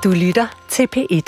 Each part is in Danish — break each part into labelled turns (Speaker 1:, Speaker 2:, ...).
Speaker 1: Du lytter til P1.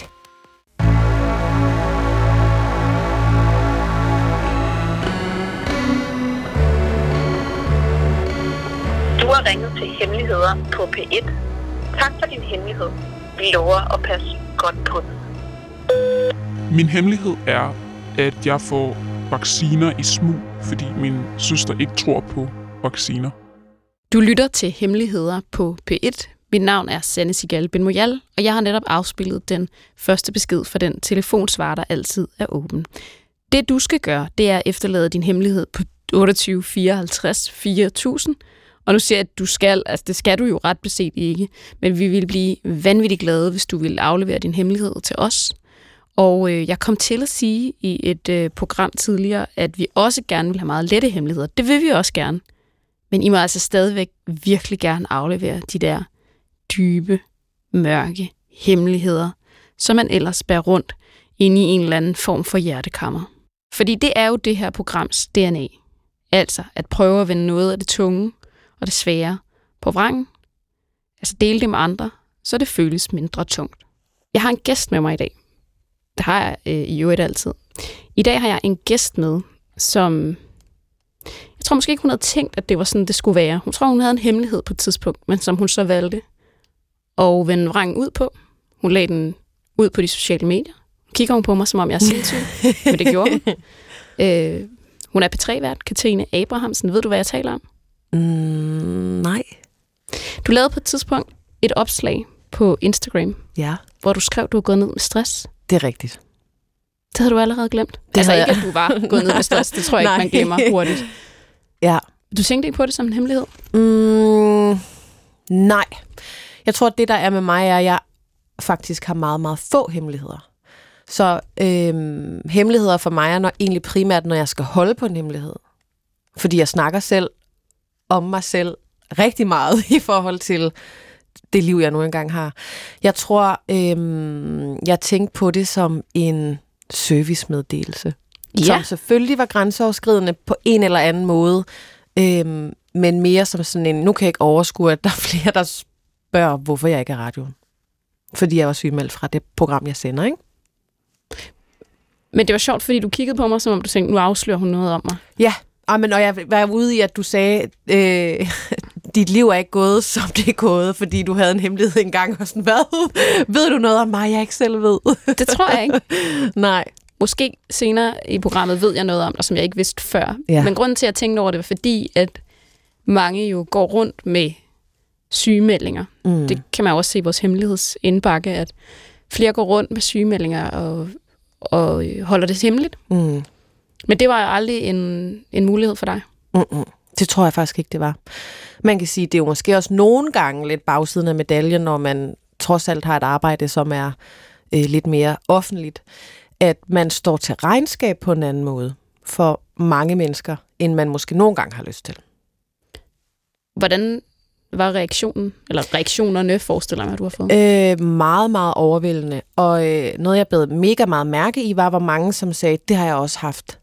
Speaker 2: Du har ringet til Hemmeligheder på P1. Tak for din hemmelighed. Vi lover at passe godt på den.
Speaker 3: Min hemmelighed er, at jeg får vacciner i smug, fordi min søster ikke tror på vacciner.
Speaker 4: Du lytter til Hemmeligheder på P1. Mit navn er Sanne Sigal Benmoyal, og jeg har netop afspillet den første besked fra den telefonsvarer, der altid er åben. Det du skal gøre, det er at efterlade din hemmelighed på 28 54 4000. Og nu siger jeg, at du skal, altså det skal du jo ret beset ikke, men vi vil blive vanvittigt glade, hvis du vil aflevere din hemmelighed til os. Og jeg kom til at sige i et program tidligere, at vi også gerne vil have meget lette hemmeligheder. Det vil vi også gerne. Men I må altså stadigvæk virkelig gerne aflevere de der dybe, mørke hemmeligheder, som man ellers bærer rundt inde i en eller anden form for hjertekammer. Fordi det er jo det her programs DNA. Altså at prøve at vende noget af det tunge og det svære på vrangen. Altså dele det med andre, så det føles mindre tungt. Jeg har en gæst med mig i dag. Det har jeg i øvrigt altid. I dag har jeg en gæst med, som... Jeg tror måske ikke, hun havde tænkt, at det var sådan, det skulle være. Hun tror, hun havde en hemmelighed på et tidspunkt, men som hun så valgte at vende vrangen ud på. Hun lagde den ud på de sociale medier. Kigger hun på mig, som om jeg er sindssyg. Men det gjorde hun. Hun er P3-vært, Katrine Abrahamsen. Ved du, hvad jeg taler om?
Speaker 5: Nej.
Speaker 4: Du lavede på et tidspunkt et opslag på Instagram,
Speaker 5: Ja.
Speaker 4: hvor du skrev, at du var gået ned med stress.
Speaker 5: Det er rigtigt.
Speaker 4: Det havde du allerede glemt.
Speaker 5: Det
Speaker 4: altså
Speaker 5: havde
Speaker 4: ikke, at du var gået ned med stress. Det tror jeg ikke, man glemmer hurtigt.
Speaker 5: Ja.
Speaker 4: Du tænkte ikke på det som en hemmelighed?
Speaker 5: Nej. Jeg tror, at det, der er med mig, er, at jeg faktisk har meget, meget få hemmeligheder. Så hemmeligheder for mig er egentlig primært, når jeg skal holde på en hemmelighed. Fordi jeg snakker selv om mig selv rigtig meget i forhold til det liv, jeg nu engang har. Jeg tror, jeg tænkte på det som en servicemeddelelse.
Speaker 4: Ja.
Speaker 5: Som selvfølgelig var grænseoverskridende på en eller anden måde, men mere som sådan en, nu kan jeg ikke overskue, at der er flere, der spørger, hvorfor jeg ikke er i radioen. Fordi jeg var sygemeldt fra det program, jeg sender, ikke?
Speaker 4: Men det var sjovt, fordi du kiggede på mig, som om du tænkte, nu afslører hun noget om mig.
Speaker 5: Ja, men og jeg var ude i, at du sagde, dit liv er ikke gået, som det er gået, fordi du havde en hemmelighed engang, og sådan, hvad? Ved du noget om mig, jeg ikke selv ved?
Speaker 4: Det tror jeg ikke.
Speaker 5: Nej.
Speaker 4: Måske senere i programmet ved jeg noget om dig, som jeg ikke vidste før.
Speaker 5: Ja.
Speaker 4: Men grunden til, at jeg tænkte over det, var fordi, at mange jo går rundt med sygemeldinger. Det kan man også se i vores hemmelighedsindbakke, at flere går rundt med sygemeldinger og holder det hemmeligt. Men det var jo aldrig en mulighed for dig.
Speaker 5: Det tror jeg faktisk ikke, det var. Man kan sige, det er jo måske også nogle gange lidt bagsiden af medaljen, når man trods alt har et arbejde, som er lidt mere offentligt, at man står til regnskab på en anden måde for mange mennesker, end man måske nogle gange har lyst til.
Speaker 4: Hvordan var reaktionen, eller reaktionerne, forestiller mig, du har fået?
Speaker 5: Meget, meget overvældende. Og noget, jeg blev mega meget mærke i, var, hvor mange, som sagde, det har jeg også haft.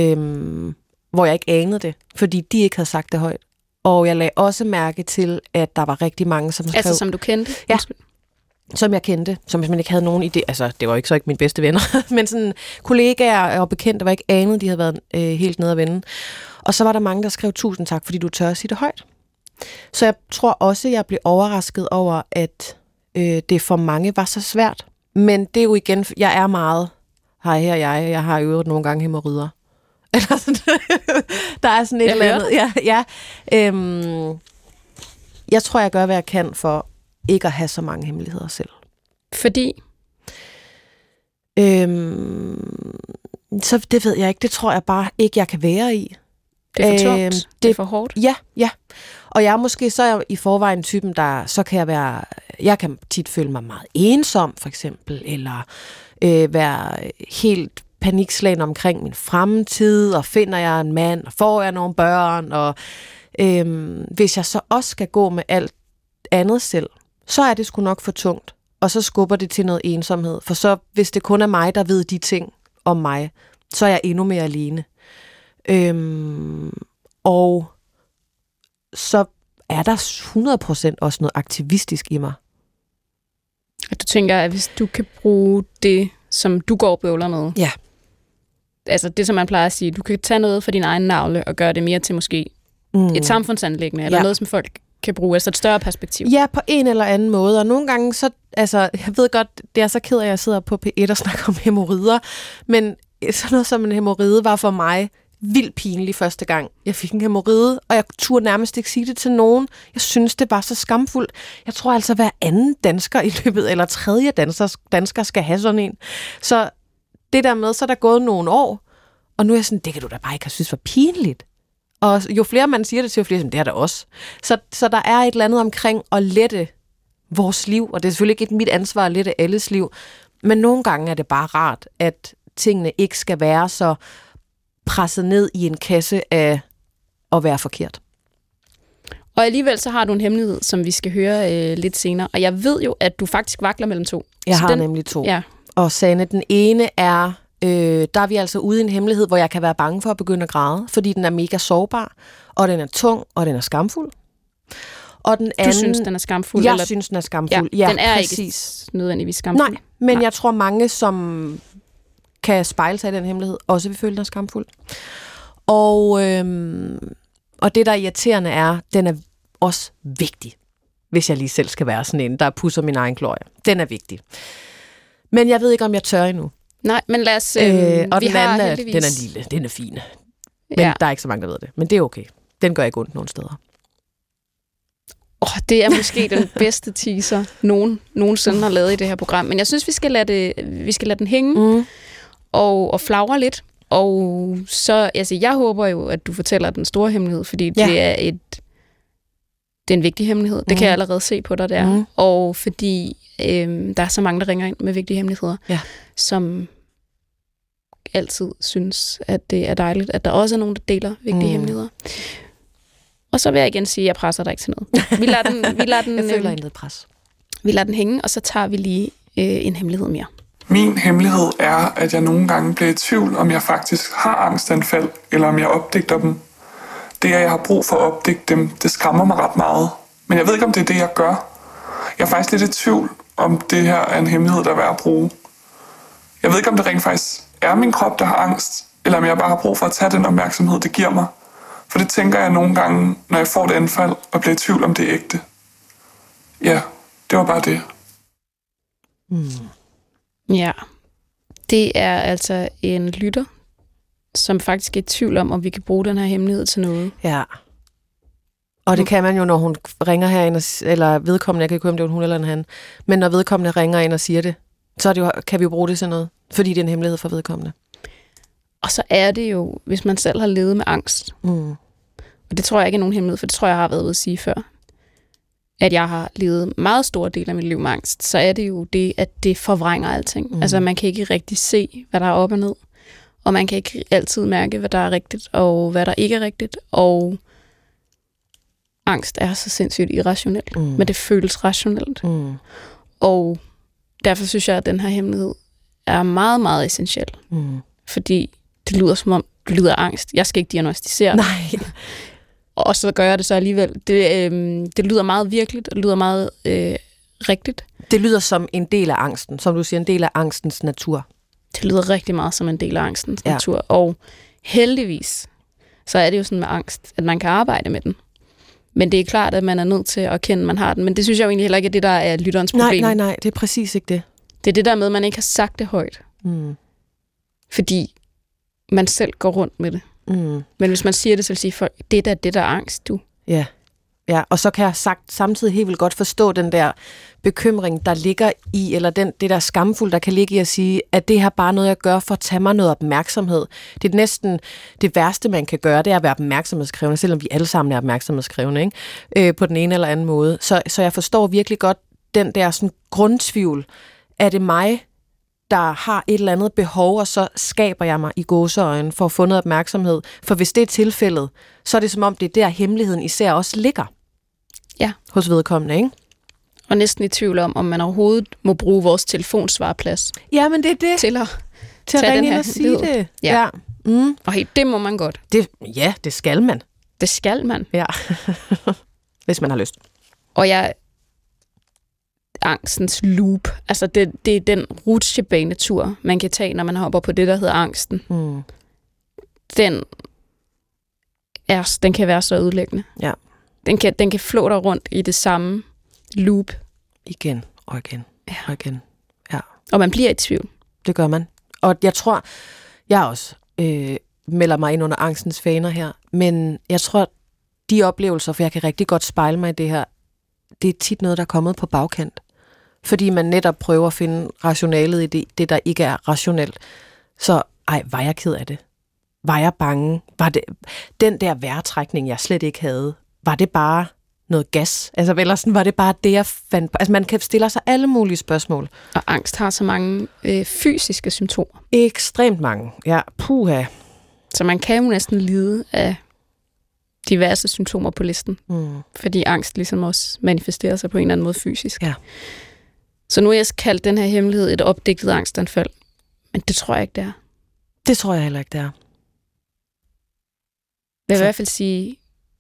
Speaker 5: Hvor jeg ikke anede det, fordi de ikke havde sagt det højt. Og jeg lagde også mærke til, at der var rigtig mange, som skrev...
Speaker 4: Altså, som du kendte?
Speaker 5: Ja, som jeg kendte, som hvis man ikke havde nogen idé. Altså, det var ikke mine bedste venner, men sådan kollegaer og bekendte, var ikke anet, de havde været helt nede at vende. Og så var der mange, der skrev 1000 tak, fordi du tør at sige det højt. Så jeg tror også, jeg blev overrasket over, at det for mange var så svært. Men det er jo igen, jeg er meget... Jeg har øvet nogle gange hæmorrhoider. Eller sådan, der er sådan et eller andet. Ja. Jeg tror, jeg gør, hvad jeg kan for ikke at have så mange hemmeligheder selv.
Speaker 4: Fordi?
Speaker 5: Så det ved jeg ikke. Det tror jeg bare ikke, jeg kan være i.
Speaker 4: Det er for tungt? Det er for hårdt?
Speaker 5: Ja. Og jeg så er jeg i forvejen typen, der så kan jeg kan tit føle mig meget ensom, for eksempel, eller være helt panikslagen omkring min fremtid, og finder jeg en mand, og får jeg nogle børn, og hvis jeg så også skal gå med alt andet selv, så er det sgu nok for tungt, og så skubber det til noget ensomhed, for så, hvis det kun er mig, der ved de ting om mig, så er jeg endnu mere alene. Og så er der 100% også noget aktivistisk i mig.
Speaker 4: At du tænker, at hvis du kan bruge det, som du går og bøvler med,
Speaker 5: Ja.
Speaker 4: altså det, som man plejer at sige, du kan tage noget fra din egen navle og gøre det mere til måske et samfundsanliggende, eller noget, som folk kan bruge, altså et større perspektiv.
Speaker 5: Ja, på en eller anden måde. Og nogle gange, så, altså, jeg ved godt, det er så ked af, at jeg sidder på P1 og snakker om hæmorider, men sådan noget som en hæmoride var for mig vildt pinlig første gang. Jeg fik en hæmoride, og jeg turde nærmest ikke sige det til nogen. Jeg synes, det var så skamfuldt. Jeg tror altså, hver anden dansker i løbet, eller tredje dansker skal have sådan en. Så det der med, så er der gået nogle år, og nu er jeg sådan, det kan du da bare ikke have synes var pinligt. Og jo flere man siger det til, jo flere, det er der også. Så der er et eller andet omkring at lette vores liv, og det er selvfølgelig ikke mit ansvar at lette alles liv, men nogle gange er det bare rart, at tingene ikke skal være så presset ned i en kasse af at være forkert.
Speaker 4: Og alligevel så har du en hemmelighed, som vi skal høre lidt senere, og jeg ved jo, at du faktisk vakler mellem to.
Speaker 5: Jeg har nemlig to. Ja. Og Sanne, den ene er, der er vi altså ude i en hemmelighed, hvor jeg kan være bange for at begynde at græde, fordi den er mega sårbar, og den er tung, og den er skamfuld. Og den anden,
Speaker 4: du synes, den er skamfuld?
Speaker 5: Jeg synes, den er skamfuld. Ja,
Speaker 4: den er
Speaker 5: præcis.
Speaker 4: Ikke nødvendigvis skamfuld.
Speaker 5: Nej, men jeg tror mange, som kan spejle sig i den hemmelighed, også vil føle, den er skamfuld. Og det, der er irriterende er, den er også vigtig, hvis jeg lige selv skal være sådan en, der pusser min egen glorie. Den er vigtig. Men jeg ved ikke, om jeg tør endnu.
Speaker 4: Nej, men lad os...
Speaker 5: og
Speaker 4: vi
Speaker 5: den anden, den er lille, den er fin. Men der er ikke så mange, der ved det. Men det er okay. Den gør ikke ondt nogen steder.
Speaker 4: Det er måske den bedste teaser, nogen nogensinde har lavet i det her program. Men jeg synes, vi skal lade den hænge og flagre lidt. Og så, altså, jeg håber jo, at du fortæller den store hemmelighed, fordi det er en vigtig hemmelighed. Det kan jeg allerede se på dig der. Og fordi der er så mange, der ringer ind med vigtige hemmeligheder, som altid synes, at det er dejligt, at der også er nogen, der deler vigtige hemmeligheder. Og så vil jeg igen sige, at jeg presser dig ikke til noget. Vi lader den,
Speaker 5: jeg føler intet pres.
Speaker 4: Vi lader den hænge, og så tager vi lige en hemmelighed mere.
Speaker 3: Min hemmelighed er, at jeg nogle gange bliver i tvivl, om jeg faktisk har angstanfald, eller om jeg opdigter dem. Det, at jeg har brug for at opdigte dem, det skræmmer mig ret meget. Men jeg ved ikke, om det er det, jeg gør. Jeg er faktisk lidt i tvivl, om det her er en hemmelighed, der er værd at bruge. Jeg ved ikke, om det rent faktisk er min krop, der har angst, eller om jeg bare har brug for at tage den opmærksomhed, det giver mig. For det tænker jeg nogle gange, når jeg får et anfald, og bliver i tvivl, om det er ægte. Ja, det var bare det.
Speaker 4: Ja, det er altså en lytter, som faktisk er i tvivl om vi kan bruge den her hemmelighed til noget.
Speaker 5: Ja. Og det kan man jo, når hun ringer herind, eller vedkommende, jeg kan ikke høre, om det er hun eller en han, men når vedkommende ringer ind og siger det, så er det jo, kan vi jo bruge det til noget, fordi det er en hemmelighed for vedkommende.
Speaker 4: Og så er det jo, hvis man selv har levet med angst, og det tror jeg ikke er nogen hemmelighed, for det tror jeg har været ude at sige før, at jeg har levet meget store dele af mit liv med angst, så er det jo det, at det forvrænger alting. Altså man kan ikke rigtig se, hvad der er op og ned, og man kan ikke altid mærke, hvad der er rigtigt, og hvad der ikke er rigtigt, og angst er så sindssygt irrationelt, men det føles rationelt. Og derfor synes jeg, at den her hemmelighed er meget, meget essentiel. Fordi det lyder som om, du lider af angst. Jeg skal ikke diagnostisere.
Speaker 5: Nej.
Speaker 4: Og så gør jeg det så alligevel. Det lyder meget virkeligt, og det lyder meget rigtigt.
Speaker 5: Det lyder som en del af angsten, som du siger, en del af angstens natur.
Speaker 4: Det lyder rigtig meget som en del af angstens natur. Og heldigvis, så er det jo sådan med angst, at man kan arbejde med den. Men det er klart, at man er nødt til at kende, at man har den. Men det synes jeg jo egentlig heller ikke er det, der er lytterens problem.
Speaker 5: Nej, det er præcis ikke det.
Speaker 4: Det er det der med, at man ikke har sagt det højt. Fordi man selv går rundt med det. Men hvis man siger det, så vil sige folk, det der er angst, du.
Speaker 5: Ja, og så kan jeg samtidig helt vildt godt forstå den der bekymring, der ligger i, eller det der skamfuld, der kan ligge i at sige, at det her bare er noget, jeg gør for at tage mig noget opmærksomhed. Det er næsten det værste, man kan gøre, det er at være opmærksomhedskrævende, selvom vi alle sammen er opmærksomhedskrævende, ikke? På den ene eller anden måde. Så jeg forstår virkelig godt den der sådan grundtvivl. Er det mig, der har et eller andet behov, og så skaber jeg mig i gåseøjne for at få noget opmærksomhed? For hvis det er tilfældet, så er det som om, det er der hemmeligheden især også ligger. Ja. Hos vedkommende, ikke?
Speaker 4: Og næsten i tvivl om man overhovedet må bruge vores telefonsvareplads.
Speaker 5: Ja, men det er det.
Speaker 4: Til at
Speaker 5: ringe ind og sige det. Ja.
Speaker 4: Og hey, det må man godt.
Speaker 5: Det skal man.
Speaker 4: Det skal man.
Speaker 5: Ja. Hvis man har lyst.
Speaker 4: Og jeg angstens loop. Altså det er den rutsjebanetur, man kan tage, når man hopper på det, der hedder angsten. Den kan være så ødelæggende.
Speaker 5: Ja.
Speaker 4: Den kan flå dig rundt i det samme loop.
Speaker 5: Igen og igen og igen. Ja.
Speaker 4: Og man bliver i tvivl.
Speaker 5: Det gør man. Og jeg tror, jeg også melder mig ind under angstens faner her, men jeg tror, de oplevelser, for jeg kan rigtig godt spejle mig i det her, det er tit noget, der er kommet på bagkant. Fordi man netop prøver at finde rationalet i det der ikke er rationelt. Så, var jeg ked af det? Var jeg bange? Var det den der vejrtrækning, jeg slet ikke havde? Var det bare noget gas? Altså, eller sådan, var det bare det, jeg fandt på? Altså, man kan stille sig alle mulige spørgsmål.
Speaker 4: Og angst har så mange fysiske symptomer.
Speaker 5: Ekstremt mange. Ja, puha.
Speaker 4: Så man kan jo næsten lide af diverse symptomer på listen. Fordi angst ligesom også manifesterer sig på en eller anden måde fysisk.
Speaker 5: Ja.
Speaker 4: Så nu har jeg kaldt den her hemmelighed et opdigtet angstanfald. Men det tror jeg ikke, det er.
Speaker 5: Det tror jeg heller ikke, det er.
Speaker 4: Jeg vil i hvert fald sige,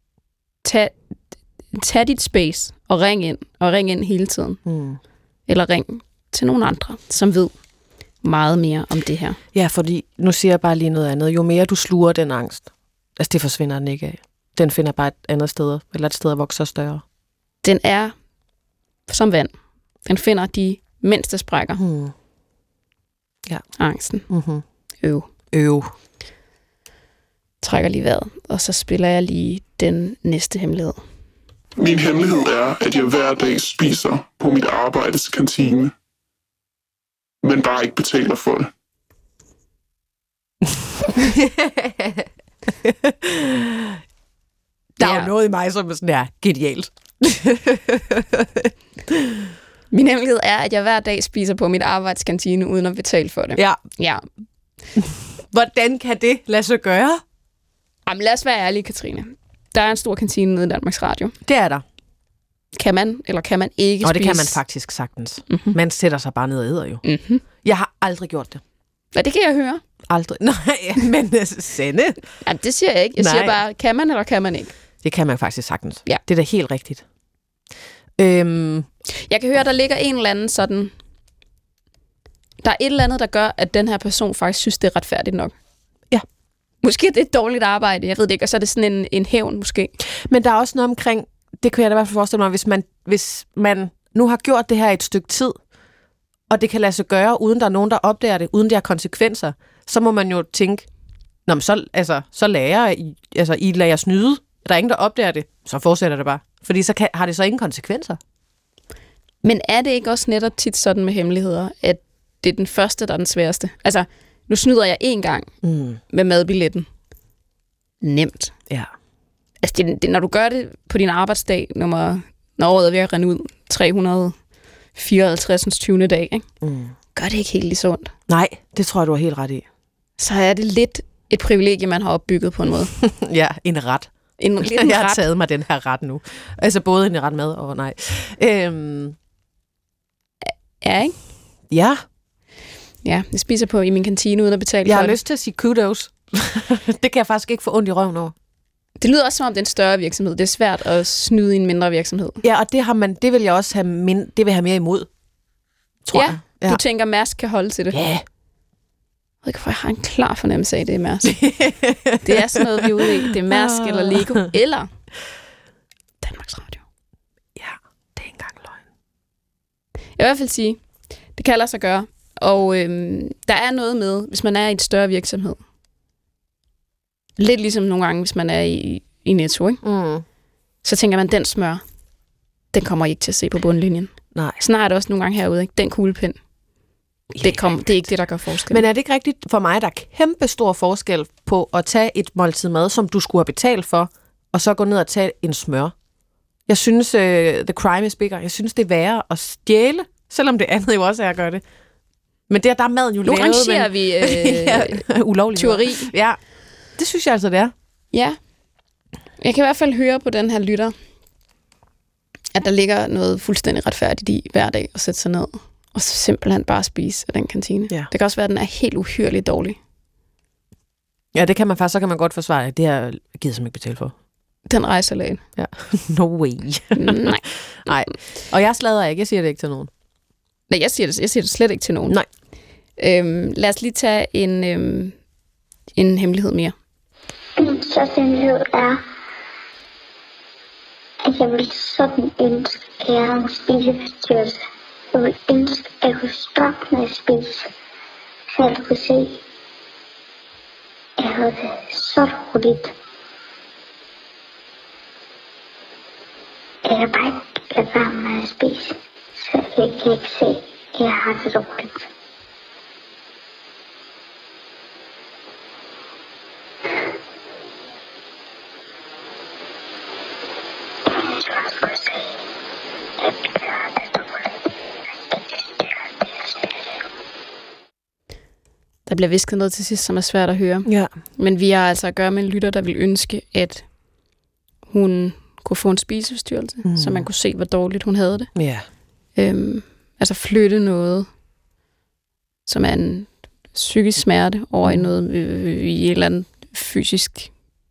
Speaker 4: tag dit space og ring ind hele tiden. Eller ring til nogle andre, som ved meget mere om det her.
Speaker 5: Ja, fordi nu siger jeg bare lige noget andet. Jo mere du sluger den angst, altså det forsvinder den ikke af. Den finder bare et andet sted, eller et sted, der vokser større.
Speaker 4: Den er som vand. Den finder de mindste sprækker.
Speaker 5: Ja.
Speaker 4: Angsten.
Speaker 5: Øv.
Speaker 3: trækker lige vejret, og så spiller jeg lige den næste hemmelighed.
Speaker 1: Min hemmelighed er, at jeg hver dag spiser på mit arbejdes kantine, men bare ikke betaler for det.
Speaker 5: Der er jo noget i mig, som er sådan her genialt.
Speaker 4: Min hemmelighed er, at jeg hver dag spiser på mit arbejdskantine, uden at betale for det. Ja.
Speaker 5: Hvordan kan det lade sig gøre?
Speaker 4: Jamen, lad os være ærlige, Katrine. Der er en stor kantine nede i Danmarks Radio.
Speaker 5: Det er der.
Speaker 4: Kan man, eller kan man ikke spise?
Speaker 5: Og det kan man faktisk sagtens. Mm-hmm. Man sætter sig bare ned og æder jo. Mm-hmm. Jeg har aldrig gjort det.
Speaker 4: Ja, det kan jeg høre.
Speaker 5: Aldrig. Nej, men Sende.
Speaker 4: Jamen, det siger jeg ikke. Jeg siger bare, kan man, eller kan man ikke?
Speaker 5: Det kan man faktisk sagtens.
Speaker 4: Ja.
Speaker 5: Det er da helt rigtigt.
Speaker 4: Jeg kan høre, der ligger en eller anden sådan... Der er et eller andet, der gør, at den her person faktisk synes, det er retfærdigt nok.
Speaker 5: Ja.
Speaker 4: Måske det er et dårligt arbejde, jeg ved det ikke, og så er det sådan en hævn måske.
Speaker 5: Men der er også noget omkring, det kan jeg da i hvert fald forestille mig, hvis man nu har gjort det her et stykke tid, og det kan lade sig gøre, uden der er nogen, der opdager det, uden det har konsekvenser, så må man jo tænke, nå, men så lærer I, I lader jer snyde, der er ingen, der opdager det, så fortsætter det bare. Fordi så har det så ingen konsekvenser.
Speaker 4: Men er det ikke også netop tit sådan med hemmeligheder, at det er den første, der er den sværeste? Altså, nu snyder jeg én gang med madbilletten. Nemt.
Speaker 5: Ja.
Speaker 4: Altså, når du gør det på din arbejdsdag, når året er ved at rende ud, 354. 20. dag, ikke? Gør det ikke helt lige så ondt?
Speaker 5: Nej, det tror jeg, du har helt ret i.
Speaker 4: Så er det lidt et privilegie, man har opbygget på en måde.
Speaker 5: Ja, en ret. Jeg har taget mig den her ret nu. Altså både en ret med og nej.
Speaker 4: Ja, ikke?
Speaker 5: Ja.
Speaker 4: Ja, jeg spiser på i min kantine uden at betale for det.
Speaker 5: Jeg har lyst til at sige kudos. Det kan jeg faktisk ikke få ondt i røven over.
Speaker 4: Det lyder også som om det er en større virksomhed. Det er svært at snyde i en mindre virksomhed.
Speaker 5: Ja, og det vil jeg også have, det vil jeg have mere imod, tror jeg.
Speaker 4: Ja, du tænker, Mærsk kan holde til det?
Speaker 5: Ja.
Speaker 4: Jeg ved ikke, hvorfor jeg har en klar fornemmelse af, det er Mærsk. Det er sådan noget, vi er ude i. Det er Mærsk eller Lego eller Danmarks Radio.
Speaker 5: Ja, det er ikke engang løgn.
Speaker 4: Jeg vil i hvert fald sige, det kan lade sig gøre. Og der er noget med, hvis man er i et større virksomhed. Lidt ligesom nogle gange, hvis man er i Netto, ikke? Så tænker man, den smør, den kommer ikke til at se på bundlinjen.
Speaker 5: Nej.
Speaker 4: Sådan har jeg det også nogle gange herude, ikke? Den kuglepind. Det er ikke det, der gør forskel.
Speaker 5: Men er det ikke rigtigt for mig, der er kæmpe stor forskel på at tage et måltid mad, som du skulle have betalt for, og så gå ned og tage en smør? Jeg synes, the crime is bigger. Jeg synes, det er værre at stjæle, selvom det andet jo også er at gøre det. Men der er maden jo lavet.
Speaker 4: Nu rangerer vi
Speaker 5: ulovligt
Speaker 4: tyveri.
Speaker 5: Ja, det synes jeg altså, det er.
Speaker 4: Ja. Jeg kan i hvert fald høre på den her lytter, at der ligger noget fuldstændig retfærdigt i hver dag at sætte sig ned og simpelthen bare spise af den kantine.
Speaker 5: Ja.
Speaker 4: Det kan også være, at den er helt uhyrligt dårlig.
Speaker 5: Ja, det kan man faktisk, så kan man godt forsvare. Det har jeg givet som ikke betale for.
Speaker 4: Den rejser lægen.
Speaker 5: Ja. No way.
Speaker 4: Nej.
Speaker 5: Nej. Og jeg sladrer ikke. Jeg siger det ikke til nogen.
Speaker 4: Nej, jeg siger det slet ikke til nogen.
Speaker 5: Nej.
Speaker 4: Lad os lige tage en hemmelighed mere.
Speaker 6: Min største hemmelighed er, at jeg vil sådan ønske, at jeg har en spiseforstyrrelse. Jeg vil ønske, at jeg kunne stoppe med at spise, så jeg kunne se, at jeg havde det så roligt. Jeg kan bare ikke lade være med at spise, så jeg kan ikke se, at jeg har det roligt.
Speaker 4: Der bliver visket noget til sidst, som er svært at høre.
Speaker 5: Ja.
Speaker 4: Men vi har altså at gøre med en lytter, der vil ønske, at hun kunne få en spiseforstyrrelse, så man kunne se, hvor dårligt hun havde det.
Speaker 5: Ja.
Speaker 4: Altså flytte noget, som er en psykisk smerte, over i noget i en eller anden fysisk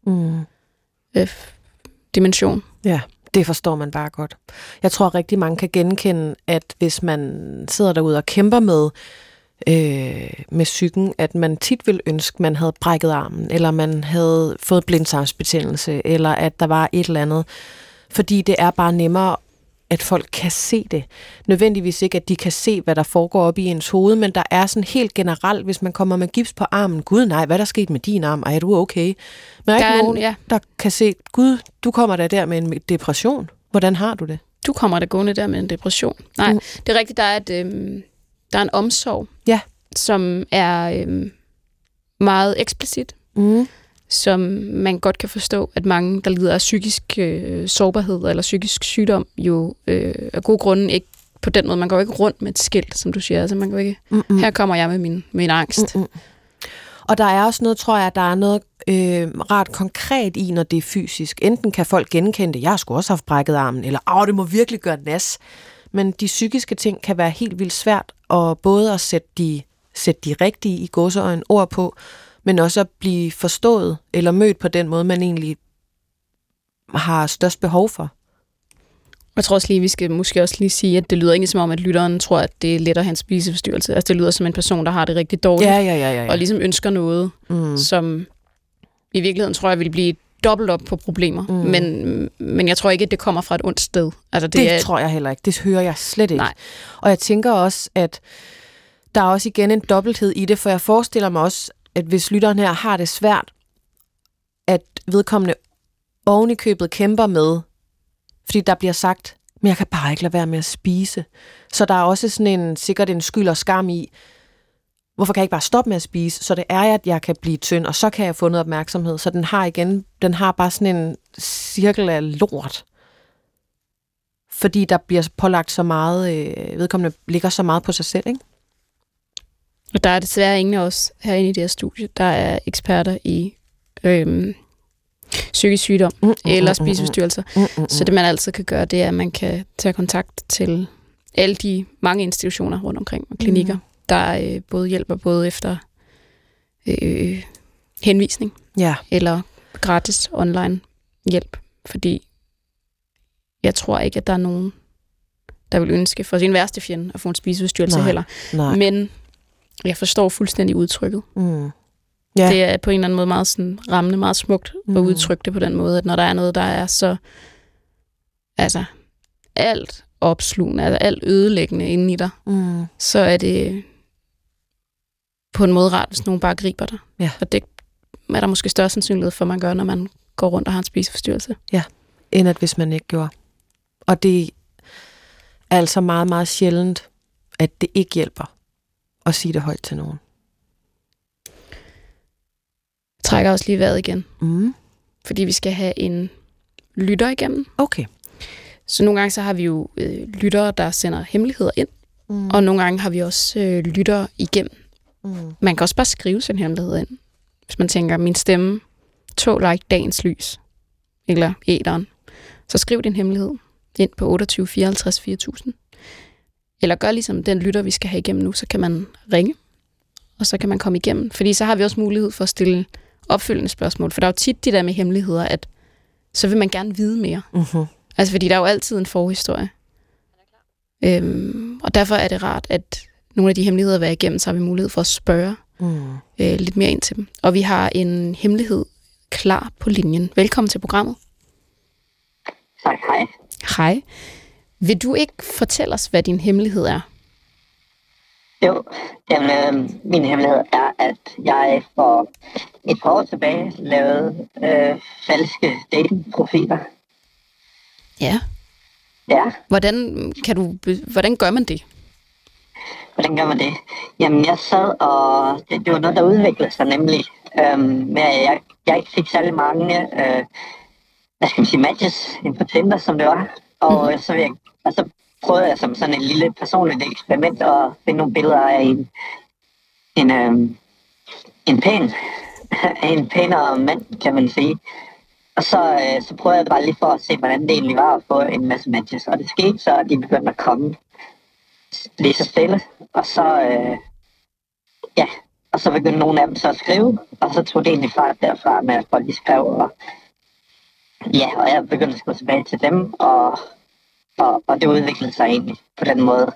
Speaker 4: dimension.
Speaker 5: Ja, det forstår man bare godt. Jeg tror, rigtig mange kan genkende, at hvis man sidder derude og kæmper med psyken, at man tit vil ønske, man havde brækket armen, eller man havde fået blindtarmsbetændelse, eller at der var et eller andet. Fordi det er bare nemmere, at folk kan se det. Nødvendigvis ikke, at de kan se, hvad der foregår op i ens hoved, men der er sådan helt generelt, hvis man kommer med gips på armen, gud nej, hvad der sket med din arm? Ej, er du okay? Men der er ikke nogen, der kan se, gud, du kommer der med en depression. Hvordan har du det?
Speaker 4: Du kommer der gående der med en depression. Nej, det er rigtigt, der er en omsorg, som er meget eksplicit, som man godt kan forstå, at mange, der lider af psykisk sårbarhed eller psykisk sygdom, jo af gode grunde ikke på den måde. Man går ikke rundt med et skilt, som du siger. Altså, man går ikke, her kommer jeg med min angst.
Speaker 5: Og der er også noget, tror jeg, der er noget ret konkret i, når det er fysisk. Enten kan folk genkende det, jeg har sgu også haft brækket armen, eller det må virkelig gøre nas. Men de psykiske ting kan være helt vildt svært, og både at sætte de rigtige i gåseøjne ord på, men også at blive forstået eller mødt på den måde, man egentlig har størst behov for.
Speaker 4: Jeg tror også lige, vi skal måske også lige sige, at det lyder ikke som om, at lytteren tror, at det er let at have en spiseforstyrrelse. Altså det lyder som en person, der har det rigtig dårligt,
Speaker 5: ja.
Speaker 4: og ligesom ønsker noget, som i virkeligheden tror jeg vil blive dobbelt op på problemer. Men jeg tror ikke, at det kommer fra et ondt sted. Altså, det
Speaker 5: tror jeg heller ikke. Det hører jeg slet ikke.
Speaker 4: Nej.
Speaker 5: Og jeg tænker også, at der er også igen en dobbelthed i det, for jeg forestiller mig også, at hvis lytteren her har det svært, at vedkommende oven i købet kæmper med, fordi der bliver sagt, men jeg kan bare ikke lade være med at spise. Så der er også sådan sikkert en skyld og skam i, hvorfor kan jeg ikke bare stoppe med at spise? Så det er, at jeg kan blive tynd, og så kan jeg få noget opmærksomhed. Så den har bare sådan en cirkel af lort. Fordi der bliver pålagt så meget, vedkommende ligger så meget på sig selv, ikke?
Speaker 4: Og der er desværre ingen af os herinde i det her studie, der er eksperter i psykisk sygdom eller spiseforstyrrelser. Så det man altid kan gøre, det er, at man kan tage kontakt til alle de mange institutioner rundt omkring og klinikker, der både hjælper både efter henvisning eller gratis online hjælp. Fordi jeg tror ikke, at der er nogen, der vil ønske for sin værste fjende at få en spiseforstyrrelse heller.
Speaker 5: Nej.
Speaker 4: Men jeg forstår fuldstændig udtrykket. Ja. Det er på en eller anden måde meget sådan rammende, meget smukt at udtrykke det på den måde, at når der er noget, der er så alt opslugende, altså alt ødelæggende inde i dig, så er det på en måde rart, hvis nogen bare griber dig.
Speaker 5: Ja.
Speaker 4: Og det er der måske større sandsynlighed for, man gør, når man går rundt og har en spiseforstyrrelse.
Speaker 5: Ja, end at hvis man ikke gjorde. Og det er altså meget, meget sjældent, at det ikke hjælper at sige det højt til nogen.
Speaker 4: Jeg trækker også lige vejret igen. Fordi vi skal have en lytter igennem.
Speaker 5: Okay.
Speaker 4: Så nogle gange så har vi jo lyttere, der sender hemmeligheder ind. Og nogle gange har vi også lyttere igennem. Man kan også bare skrive sin hemmelighed ind. Hvis man tænker, min stemme tåler ikke dagens lys. Eller æteren. Så skriv din hemmelighed ind på 28 54 4000. Eller gør ligesom den lytter, vi skal have igennem nu, så kan man ringe. Og så kan man komme igennem. Fordi så har vi også mulighed for at stille opfølgende spørgsmål. For der er jo tit de der med hemmeligheder, at så vil man gerne vide mere.
Speaker 5: Mm-hmm.
Speaker 4: Altså, fordi der er jo altid en forhistorie. Og derfor er det rart, at nogle af de hemmeligheder, vi er igennem, så har vi mulighed for at spørge lidt mere ind til dem. Og vi har en hemmelighed klar på linjen. Velkommen til programmet.
Speaker 7: Tak, hej.
Speaker 4: Hej. Vil du ikke fortælle os, hvad din hemmelighed er?
Speaker 7: Jo, jamen, min hemmelighed er, at jeg for et par år tilbage lavede falske datingprofiler.
Speaker 4: Ja.
Speaker 7: Ja,
Speaker 4: Hvordan gør man det?
Speaker 7: hvordan gør man det? Jamen, jeg sad og... Det var noget, der udviklede sig nemlig. Med at jeg ikke fik særlig mange matches inden på Tinder, som det var. Og så prøvede jeg som sådan et lille personligt eksperiment at finde nogle billeder af en pænere mand, kan man sige. Og så prøvede jeg bare lige for at se, hvordan det egentlig var at få en masse matches. Og det skete så, at de begyndte at komme lige så stille. Og så begyndte nogle af dem så at skrive. Og så tog det egentlig fart derfra med, at folk de skrev. Og jeg begyndte at skrive tilbage til dem. Og det udviklede sig egentlig på den måde.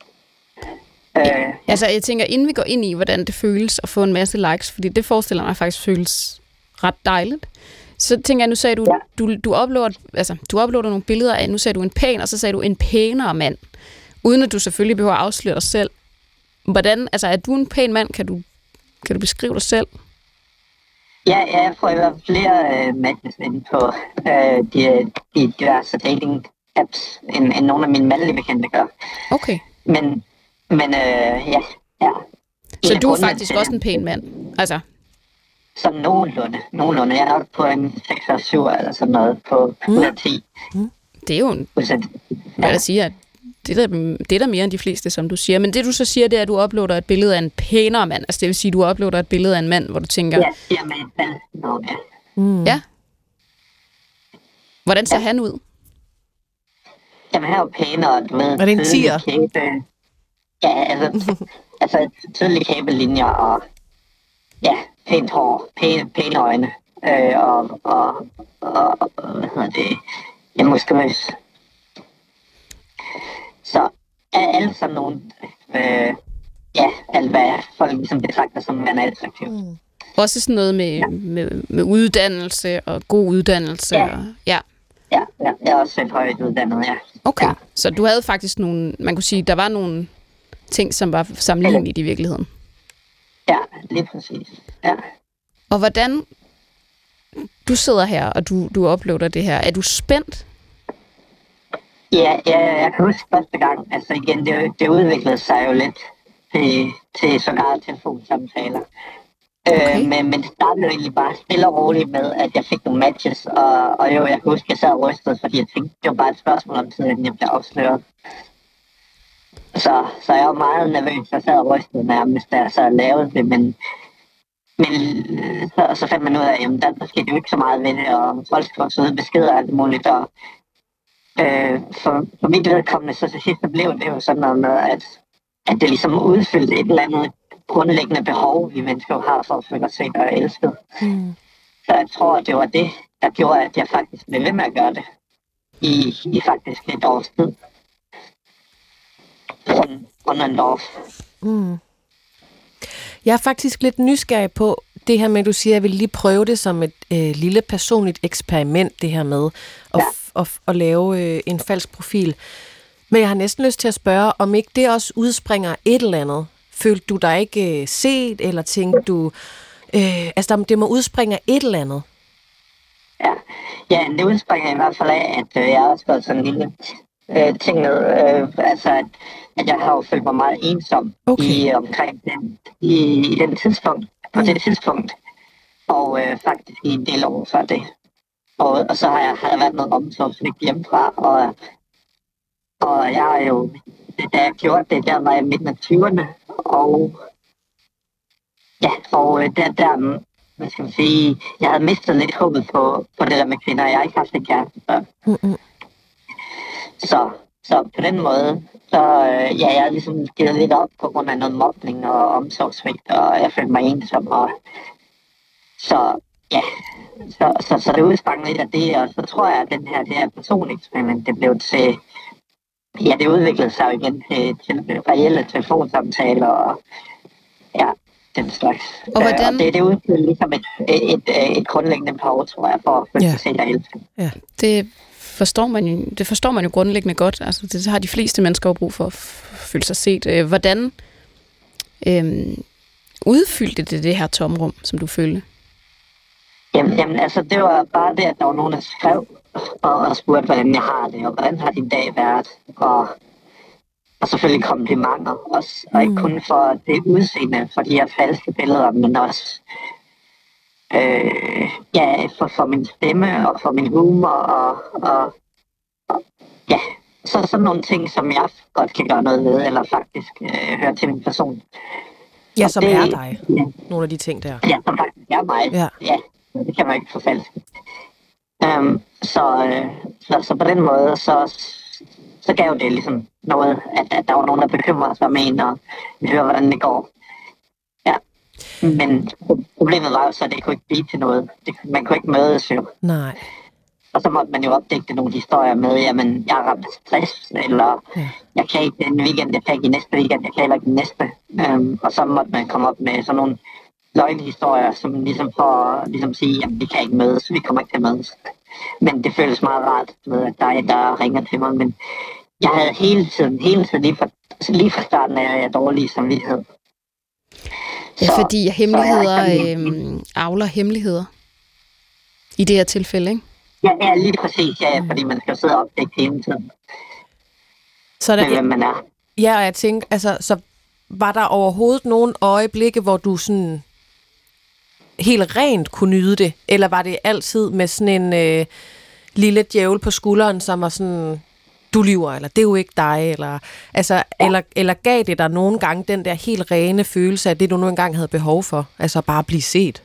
Speaker 4: Altså, jeg tænker, inden vi går ind i, hvordan det føles at få en masse likes, fordi det forestiller mig faktisk føles ret dejligt, så tænker jeg, nu sagde du uploader nogle billeder af, nu sagde du en pæn, og så sagde du en pænere mand, uden at du selvfølgelig behøver at afsløre dig selv. Hvordan, altså, er du en pæn mand? Kan du beskrive dig selv?
Speaker 7: Ja, jeg får i hvert fald flere matches inde på de diverse dating apps, end nogle af mine mandlige bekendte gør.
Speaker 4: Okay.
Speaker 7: Men ja.
Speaker 4: Så du er faktisk også en pæn mand? Altså.
Speaker 7: Som nogenlunde. Jeg er oppe på en 6-7 eller sådan noget på 110.
Speaker 4: Det er jo hvad jeg siger, det er der mere end de fleste, som du siger. Men det du så siger, det er, at du uploader et billede af en pænere mand. Altså det vil sige, at du uploader et billede af en mand, hvor du tænker...
Speaker 7: Ja, jamen,
Speaker 4: ja. Hvordan ser han ud?
Speaker 7: Jamen, han er jo pænere, du ved.
Speaker 5: Er det en tier?
Speaker 7: Ja, altså tydelige kæbelinjer og pænt hår, pæne øjne og hvad hedder det, muskuløs. Så alle sådan nogle, alt hvad folk ligesom betragter som man er attraktiv.
Speaker 4: Også sådan noget med uddannelse og god uddannelse.
Speaker 7: Ja, jeg er også selv højt uddannet, ja.
Speaker 4: Okay, så du havde faktisk nogle, man kunne sige, der var nogle ting, som var sammenligneligt i virkeligheden.
Speaker 7: Ja, lige præcis. Ja.
Speaker 4: Og hvordan du sidder her, og du uploader det her, er du spændt?
Speaker 7: Ja, jeg kan huske første gang, altså igen, det udviklede sig jo lidt til sågar telefonsamtaler. Okay. Men det startede jo egentlig bare stille og roligt med, at jeg fik nogle matches, og jeg kan huske, at jeg sad og rystede, fordi jeg tænkte, det var bare et spørgsmål om tid, inden jeg blev afsløret. Så jeg var meget nervøs, og sad og rystede nærmest, da jeg så lavede det, men så fandt man ud af, at der skete jo ikke så meget ved det, og folk skulle søde beskeder og alt muligt, og for mit vedkommende, så til sidst blev det jo sådan noget med, at det ligesom udfyldte et eller andet grundlæggende behov, vi mennesker har for at føle os set og elsket. Så jeg tror, at det var det, der gjorde, at jeg faktisk blev ved med at gøre det i faktisk et års tid. On and off.
Speaker 5: Jeg er faktisk lidt nysgerrig på det her med, at du siger, at jeg vil lige prøve det som et lille personligt eksperiment, det her med at lave en falsk profil. Men jeg har næsten lyst til at spørge, om ikke det også udspringer et eller andet. Følte du dig ikke set, eller tænkte du... det må udspringe af et eller andet.
Speaker 7: Ja, det udspringer i hvert fald af, at jeg også har sådan en lille ting med, at jeg har jo følt mig meget ensom omkring i den tidspunkt, på det tidspunkt, og faktisk i en del år før det. Og så har jeg været noget omsorgsvigt hjemmefra, og jeg har jo, da jeg gjorde det, der var jeg midten af 20'erne, og der, hvad skal man sige, jeg havde mistet lidt håbet på det der med kvinder, jeg har ikke haft en kæreste før. Så på den måde, jeg har ligesom givet lidt op på grund af noget mobning og omsorgsvigt, og jeg følte mig ensom, og så Så det udsprang lidt af det, og så tror jeg, at det her personeksperiment, det blev til, ja, det udviklede sig igen til reelle telefonsamtaler, og ja, den slags.
Speaker 4: Og hvordan...
Speaker 7: Og det udviklede ligesom et grundlæggende behov, tror jeg, for at føle sig set og elsket.
Speaker 5: Ja.
Speaker 4: Det forstår man jo grundlæggende godt. Altså, det har de fleste mennesker jo brug for at føle sig set. Hvordan udfyldte det her tomrum, som du følte?
Speaker 7: Jamen, altså, det var bare det, at der var nogen, der skrev og spurgte, hvordan jeg har det, og hvordan har din dag været, og selvfølgelig komplimenter også, og ikke kun for det udseende, for de her falske billeder, men også for min stemme og for min humor, og ja, så sådan nogle ting, som jeg godt kan gøre noget ved, eller faktisk høre til min person.
Speaker 5: Ja, som det, er dig. Ja. Nogle af de ting der.
Speaker 7: Ja, som faktisk er mig. Ja, det kan man ikke forfalske. Så på den måde, så gav det ligesom noget, at der var nogen, der bekymrede sig om en, og vi hører, hvordan det går. Ja. Men problemet var jo så, at det kunne ikke blive til noget. Man kunne ikke mødes jo.
Speaker 5: Nej.
Speaker 7: Og så måtte man jo opdægte nogle historier med, jamen, jeg har ramt stress, eller jeg kan ikke den weekend, jeg kan ikke i næste weekend, jeg kan heller ikke den næste. Og så måtte man komme op med sådan nogle løgnhistorier, som ligesom for ligesom sige, jamen, vi kan ikke mødes, vi kommer ikke til at mødes. Men det føles meget rart med, at der ringer til mig, men jeg havde hele tiden lige fra starten af jeg dårlig samvittighed.
Speaker 4: Ja, fordi hemmeligheder avler hemmeligheder. I det her tilfælde, ikke?
Speaker 7: Ja, lige præcis, fordi man skal sidde og opdække hele tiden.
Speaker 5: Så der,
Speaker 7: hvem man er.
Speaker 5: Ja, og jeg tænker, altså, så var der overhovedet nogle øjeblikke, hvor du sådan helt rent kunne nyde det? Eller var det altid med sådan en lille djævel på skulderen, som var sådan, du lyver, eller det er jo ikke dig, eller, altså, eller gav det dig nogle gange den der helt rene følelse af det, du nu engang havde behov for? Altså bare at blive set?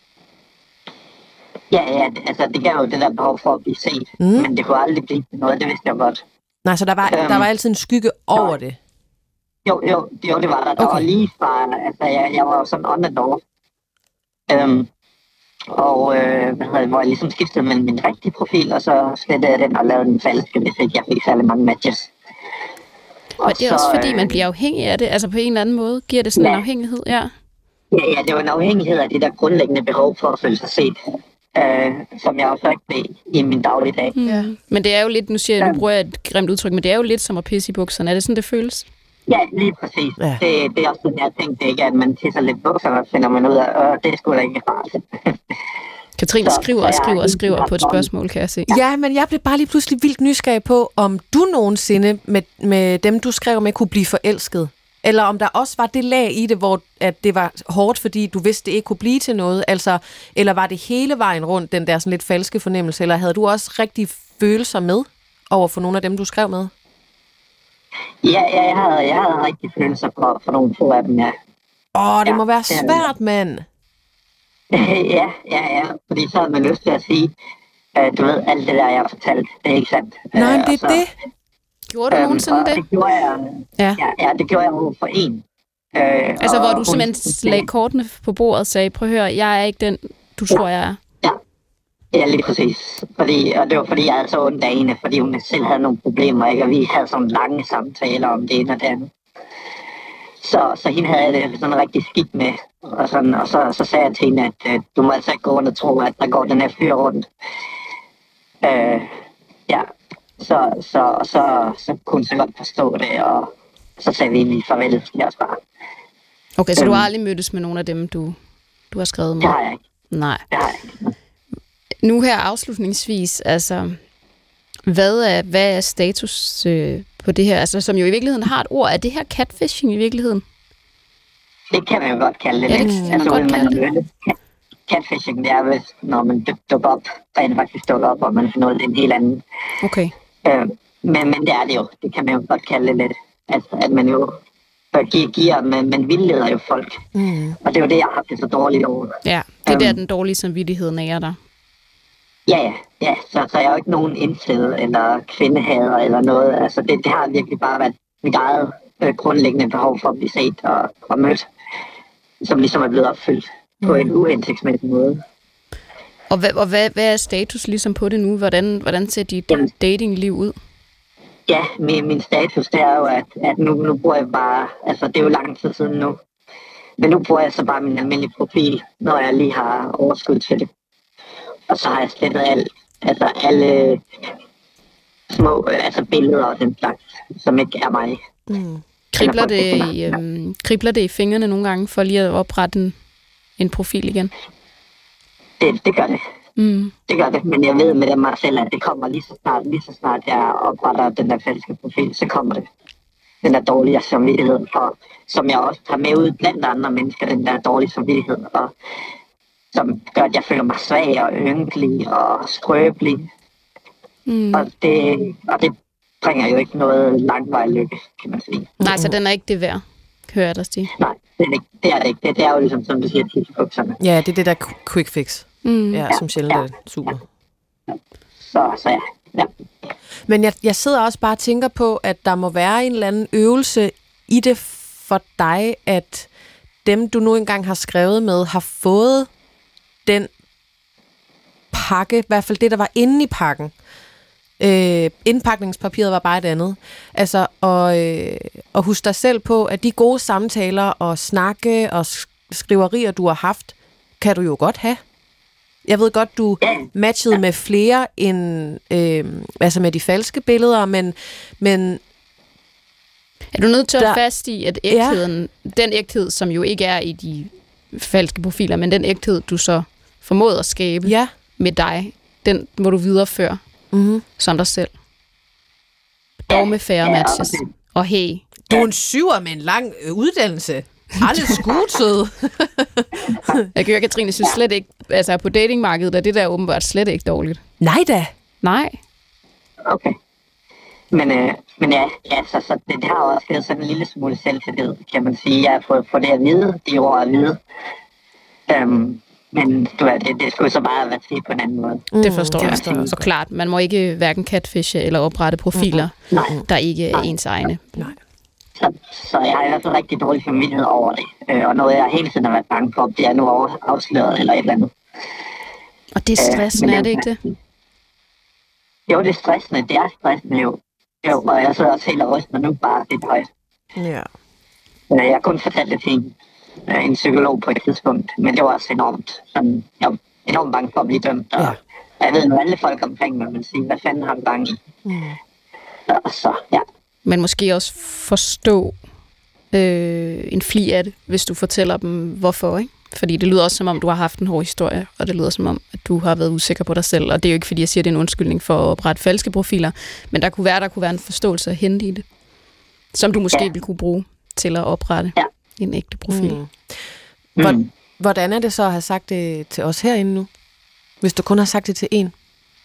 Speaker 7: Ja, altså det gav jo det der behov for at blive set, men det kunne aldrig blive noget, det vidste jeg godt.
Speaker 5: Nej, så der var altid en skygge over det?
Speaker 7: Jo, det var der. Der var lige fra, altså jeg var jo sådan on and off. Hvor jeg ligesom skiftede mellem min rigtige profil, og så slettede jeg den og lavede den falske, hvis ikke jeg fik særlig mange matches.
Speaker 4: Og det er også fordi, man bliver afhængig af det, altså på en eller anden måde. Giver det sådan en afhængighed, Ja,
Speaker 7: det var en afhængighed af det der grundlæggende behov for at føle sig set, som jeg også ikke blev i min dagligdag.
Speaker 4: Ja. Men det er jo lidt, nu bruger jeg et grimt udtryk, men det er jo lidt som at pisse i bukserne. Er det sådan, det føles?
Speaker 7: Ja, lige præcis. Ja. Det er også sådan, jeg tænkte ikke, at man tisser lidt bukserne, og finder man ud af, og det skulle da ikke rart.
Speaker 4: Katrine skriver på et spørgsmål, kan jeg se.
Speaker 5: Ja, men jeg blev bare lige pludselig vildt nysgerrig på, om du nogensinde med dem, du skrev med, kunne blive forelsket. Eller om der også var det lag i det, hvor at det var hårdt, fordi du vidste, det ikke kunne blive til noget. Altså, eller var det hele vejen rundt, den der sådan lidt falske fornemmelse? Eller havde du også rigtig følelser med over for nogle af dem, du skrev med?
Speaker 7: Ja, jeg havde rigtig følelser for nogle få af dem, ja.
Speaker 5: Det må være svært, mand.
Speaker 7: Ja, fordi så havde man lyst til at sige, du ved, alt det der, jeg har fortalt, det er ikke sandt.
Speaker 5: Nej, det er det.
Speaker 4: Gjorde du nogensinde det?
Speaker 7: Det gjorde jeg. Ja, det gjorde jeg over for en.
Speaker 4: Altså, hvor du simpelthen lagde kortene på bordet og sagde, prøv at høre, jeg er ikke den, du tror, jeg er.
Speaker 7: Ja, lige præcis. Og det var fordi, jeg havde så ondt af hende, fordi hun selv havde nogle problemer, ikke? Og vi havde sådan lange samtaler om det ene og det andet. Så hende havde det sådan rigtig skidt med. Og så sagde jeg til hende, at du må altså ikke gå rundt og tro, at der går den her fyr rundt. Så kunne hun så godt forstå det, og så sagde vi lige farvel til os bare.
Speaker 4: Okay, så du har aldrig mødtes med nogle af dem, du har skrevet med?
Speaker 7: Det har jeg ikke.
Speaker 4: Nej.
Speaker 7: Det har jeg ikke.
Speaker 4: Nu her afslutningsvis, altså, hvad er status på det her? Altså, som jo i virkeligheden har et ord. Er det her catfishing i virkeligheden?
Speaker 7: Det kan man jo godt kalde det.
Speaker 4: Ja, det kan man godt kalde det.
Speaker 7: Catfishing, det er vist, når man dukker op, rent faktisk dukker op, og man finder noget en helt anden.
Speaker 4: Okay.
Speaker 7: Men det er det jo. Det kan man jo godt kalde det lidt. Altså, at man jo giver, man vildleder jo folk. Og det er jo det, jeg har haft det så dårligt over.
Speaker 4: Ja, det er der den dårlige samvittighed nærer dig.
Speaker 7: Ja. Så jeg er jo ikke nogen indsædet eller kvindehader eller noget. Altså, det har virkelig bare været mit eget grundlæggende behov for at blive set og mødt, som ligesom er blevet opfyldt på en uhensigtsmæssig måde.
Speaker 4: Og hvad er status ligesom på det nu? Hvordan ser dit datingliv ud?
Speaker 7: Ja, min status, det er jo, at nu bruger jeg bare, altså det er jo lang tid siden nu, men nu bruger jeg så bare min almindelige profil, når jeg lige har overskud til det. Og så har jeg slettet alle små billeder og den slags, som ikke er mig.
Speaker 4: Kribler det i fingrene nogle gange for lige at oprette en profil igen?
Speaker 7: Det gør det. Det gør det, men jeg ved med mig selv, at det kommer lige så snart jeg opretter den der falske profil, så kommer det. Den der dårlige samvittighed, og som jeg også tager med ud blandt andre mennesker, den der dårlige samvittighed, og som gør, at jeg føler mig svag og ynkelig og skrøbelig. Og det bringer jo ikke noget langvarig lykke, kan man sige.
Speaker 4: Nej, så den er ikke det værd, hører jeg dig sige. Nej,
Speaker 7: det er det ikke. Det er jo ligesom, som du siger, tidsbukserne.
Speaker 5: Ja, det er det der quick fix. Ja, som sjældent er super.
Speaker 7: Så ja.
Speaker 5: Men jeg sidder også bare og tænker på, at der må være en eller anden øvelse i det for dig, at dem, du nu engang har skrevet med, har fået den pakke, i hvert fald det, der var inde i pakken. Indpakningspapiret var bare et andet. Altså, og husk dig selv på, at de gode samtaler og snakke og skriverier, du har haft, kan du jo godt have. Jeg ved godt, du matchede med flere end med de falske billeder, men
Speaker 4: er du nødt til at fast i, at ægtheden, den ægthed, som jo ikke er i de falske profiler, men den ægthed, du så formåede at skabe med dig, den må du videreføre som dig selv. Dog med færre matches. Og hey.
Speaker 5: Du er en 7'er med en lang uddannelse. Aldrig skudsød.
Speaker 4: Jeg kan høre, Katrine, synes slet ikke, altså på datingmarkedet er det der åbenbart slet ikke dårligt.
Speaker 5: Nej da.
Speaker 4: Nej.
Speaker 7: Okay. Men ja, så det har også givet sådan en lille smule selvtillid, kan man sige. Jeg har fået det at vide, de ord at vide. Men det skulle så bare være set på en anden måde.
Speaker 4: Det forstår jeg. Og klart, man må ikke hverken catfishe eller oprette profiler, der ikke er ens egne.
Speaker 5: Nej.
Speaker 7: Så jeg har i hvert fald rigtig dårlig samvittighed over det. Og noget, jeg hele tiden har været bange for, det er nu afsløret eller et eller andet.
Speaker 4: Og det er stressende, er det ikke det?
Speaker 7: Jo, det er stressende. Det er stressende jo. Og jeg sidder også helt og ryster nu bare lidt højt.
Speaker 5: Ja.
Speaker 7: Jeg har kun fortalt det til en psykolog på et tidspunkt, men det var også jeg var enormt bange for at blive dømt. Og jeg ved nu, alle folk omkring mig vil sige, hvad fanden har du bange i? Så, ja.
Speaker 4: Men måske også forstå en fli af det, hvis du fortæller dem, hvorfor, ikke? Fordi det lyder også, som om du har haft en hård historie, og det lyder som om, at du har været usikker på dig selv, og det er jo ikke, fordi jeg siger, at det er en undskyldning for at oprette falske profiler, men der kunne være en forståelse at hente i det, som du måske ville kunne bruge til at oprette en ægte profil.
Speaker 5: Hvordan er det så at have sagt det til os herinde nu, hvis du kun har sagt det til en?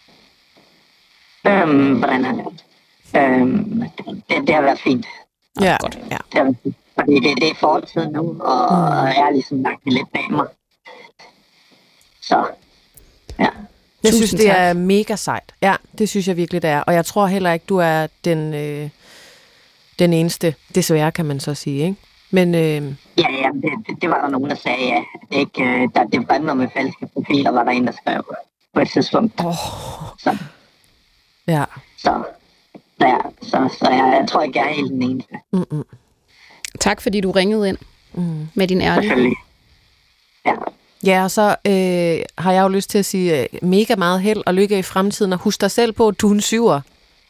Speaker 7: Hvordan er det? Det har været fint.
Speaker 5: Ja,
Speaker 4: godt.
Speaker 5: Ja.
Speaker 7: Fordi det er fortid nu, og jeg er ligesom lagt det lidt bag mig. Så, ja.
Speaker 5: Jeg synes, det er mega sejt. Ja, det synes jeg virkelig, det er. Og jeg tror heller ikke, du er den eneste. Desværre, kan man så sige, ikke? Men,
Speaker 7: Ja, det var der nogen, der sagde, ja. Det var med falske profiler, var der en, der skrev på et tidspunkt. Så.
Speaker 5: Ja.
Speaker 7: Så jeg tror ikke, jeg er helt den eneste.
Speaker 4: Tak, fordi du ringede ind med din ærlighed.
Speaker 7: Ja.
Speaker 5: Ja, og så har jeg jo lyst til at sige mega meget held og lykke i fremtiden, og husk dig selv på, at du er en 7'er.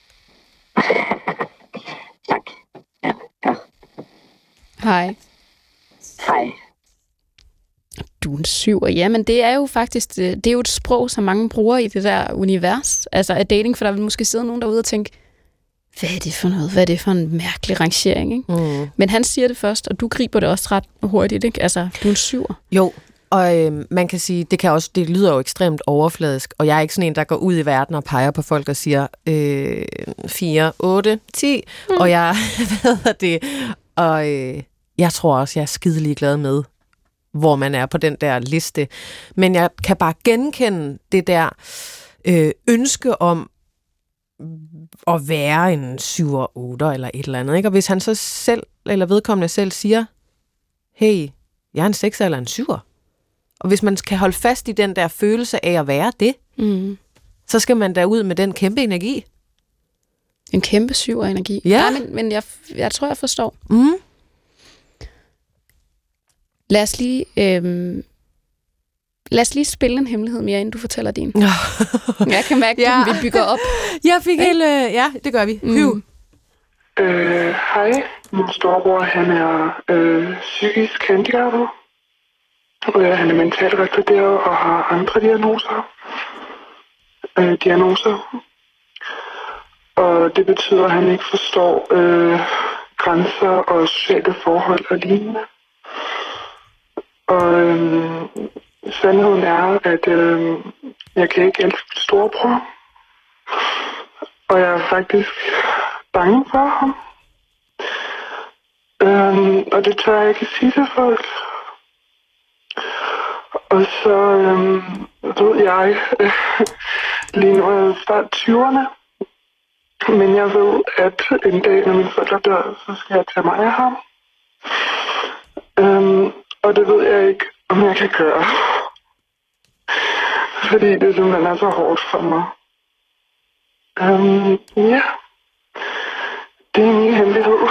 Speaker 7: Tak. Ja.
Speaker 4: Hej.
Speaker 7: Hej.
Speaker 4: Du er en 7'er. Jamen, det er jo faktisk det er jo et sprog, som mange bruger i det der univers. Altså af dating, for der vil måske sidde nogen derude og tænke, hvad er det for noget? Hvad er det for en mærkelig rangering? Ikke? Men han siger det først, og du griber det også ret hurtigt. Ikke? Altså, du er en 7'er.
Speaker 5: Jo, og man kan sige, det lyder jo ekstremt overfladisk, og jeg er ikke sådan en, der går ud i verden og peger på folk og siger 4, 8, 10, og jeg ved det. Og jeg tror også, jeg er skidelig glad med, hvor man er på den der liste. Men jeg kan bare genkende det der ønske om at være en 7'er, 8'er eller et eller andet. Ikke? Og hvis han så selv, eller vedkommende selv siger, hey, jeg er en 6'er eller en 7'er, Og hvis man kan holde fast i den der følelse af at være det, så skal man derud med den kæmpe energi.
Speaker 4: En kæmpe 7'er energi.
Speaker 5: Ja.
Speaker 4: Nej, men jeg tror, jeg forstår.
Speaker 5: Mm.
Speaker 4: Lad os lige spille en hemmelighed mere, inden du fortæller din. Jeg kan mærke, at vi bygger op.
Speaker 5: Jeg fik helt... Ja, det gør vi.
Speaker 8: Hej, min storebror, han er psykisk handicappet. Han er mentalt retarderet og har andre diagnoser. Og det betyder, at han ikke forstår grænser og sociale forhold og lignende. Og sandheden er, at jeg kan ikke elske min storebror. Og jeg er faktisk bange for ham. Og det tør jeg ikke sige til folk. Og så ved jeg, lige nu er jeg start 20'erne. Men jeg ved, at en dag, når mine forældre dør, så skal jeg tage mig af ham. Og det ved jeg ikke, om jeg kan gøre. Fordi det simpelthen er så hårdt for mig. Ja. Det er min hemmelighed.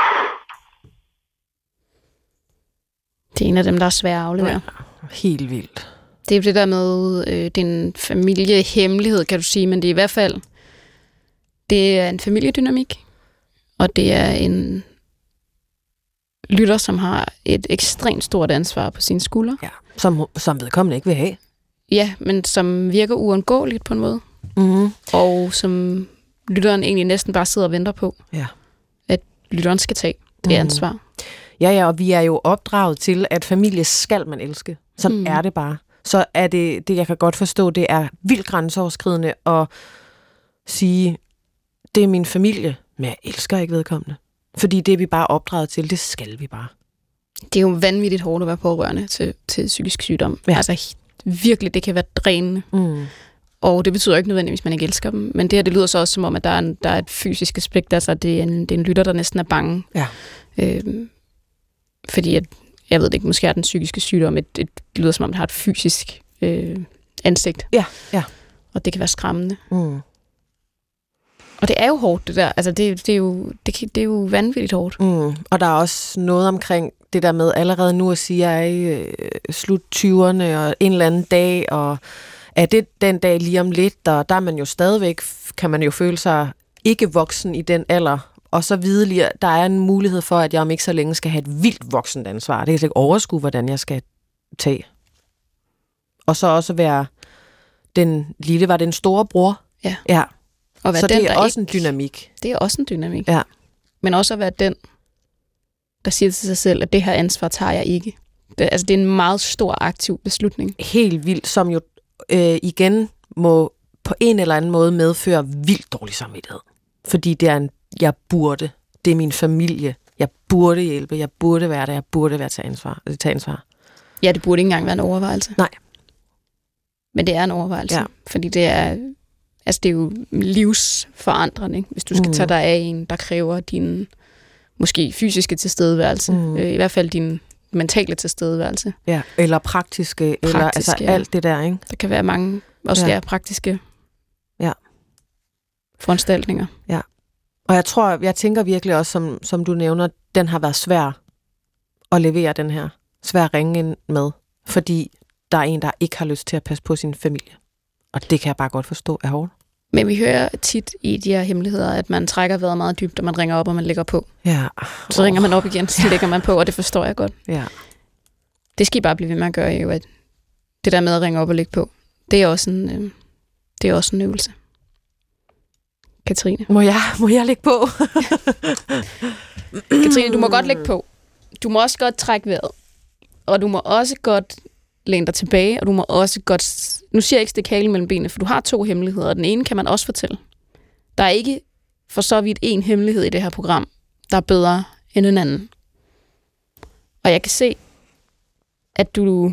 Speaker 4: Det er en af dem, der er svære at aflevere.
Speaker 5: Ja, helt vildt.
Speaker 4: Det er det der med din familiehemmelighed, kan du sige, men det er i hvert fald, det er en familiedynamik, og det er en lytter, som har et ekstremt stort ansvar på sine skuldre.
Speaker 5: Ja, som vedkommende ikke vil have.
Speaker 4: Ja, men som virker uundgåeligt på en måde.
Speaker 5: Mm-hmm.
Speaker 4: Og som lytteren egentlig næsten bare sidder og venter på, at lytteren skal tage det ansvar.
Speaker 5: Ja, og vi er jo opdraget til, at familie skal man elske. Sådan er det bare. Så er det, jeg kan godt forstå, det er vildt grænseoverskridende at sige, det er min familie, men jeg elsker ikke vedkommende. Fordi det er vi bare opdraget til, det skal vi bare.
Speaker 4: Det er jo vanvittigt hårdt at være pårørende til psykisk sygdom.
Speaker 5: Ja.
Speaker 4: Altså virkelig, det kan være drænende. Og det betyder ikke nødvendigvis, at man ikke elsker dem. Men det her, det lyder så også som om, at der er et fysisk aspekt. Altså, det er en lytter, der næsten er bange.
Speaker 5: Ja.
Speaker 4: Fordi, jeg ved det ikke, måske er den psykiske sygdom, det lyder som om, det har et fysisk ansigt.
Speaker 5: Ja.
Speaker 4: Og det kan være skræmmende. Og det er jo hårdt, det der. Altså, det er jo vanvittigt hårdt.
Speaker 5: Og der er også noget omkring det der med allerede nu at sige, at jeg er i slut 20'erne og en eller anden dag, og er det den dag lige om lidt, og der er man jo stadigvæk, kan man jo føle sig ikke voksen i den alder, og så videre, der er en mulighed for, at jeg om ikke så længe skal have et vildt voksent ansvar. Det kan ikke overskue, hvordan jeg skal tage. Og så også være den lille, var den store bror. Ja.
Speaker 4: Og
Speaker 5: så det er også en dynamik.
Speaker 4: Det er også en dynamik.
Speaker 5: Ja.
Speaker 4: Men også at være den, der siger til sig selv, at det her ansvar tager jeg ikke. Det er en meget stor aktiv beslutning.
Speaker 5: Helt vildt, som jo igen må på en eller anden måde medføre vildt dårlig samvittighed. Fordi det er jeg burde. Det er min familie. Jeg burde hjælpe. Jeg burde være der. Jeg burde være tage ansvar.
Speaker 4: Ja, det burde ikke engang være en overvejelse.
Speaker 5: Nej.
Speaker 4: Men det er en overvejelse. Ja. Fordi det er jo livsforandrende, hvis du skal tage dig af en, der kræver din måske fysiske tilstedeværelse. I hvert fald din mentale tilstedeværelse. Ja,
Speaker 5: eller praktiske eller altså alt det der, ikke?
Speaker 4: Der kan være mange også praktiske foranstaltninger.
Speaker 5: Ja. Og jeg tænker virkelig også, som du nævner, den har været svær at levere den her. Svær at ringe ind med, fordi der er en, der ikke har lyst til at passe på sin familie. Og det kan jeg bare godt forstå er hårdt.
Speaker 4: Men vi hører tit i de her hemmeligheder, at man trækker vejret meget dybt, og man ringer op, og man lægger på.
Speaker 5: Ja.
Speaker 4: Så ringer man op igen, så lægger man på, og det forstår jeg godt.
Speaker 5: Ja.
Speaker 4: Det skal I bare blive ved med at gøre, jo, at det der med at ringe op og lægge på, det er også en øvelse. Katrine.
Speaker 5: Må jeg lægge på?
Speaker 4: Katrine, du må godt lægge på. Du må også godt trække vejret. Og du må også godt læne dig tilbage, og du må også godt... Nu siger jeg ikke stikke halen mellem benene, for du har 2 hemmeligheder, og den ene kan man også fortælle. Der er ikke for så vidt en hemmelighed i det her program, der er bedre end en anden. Og jeg kan se, at du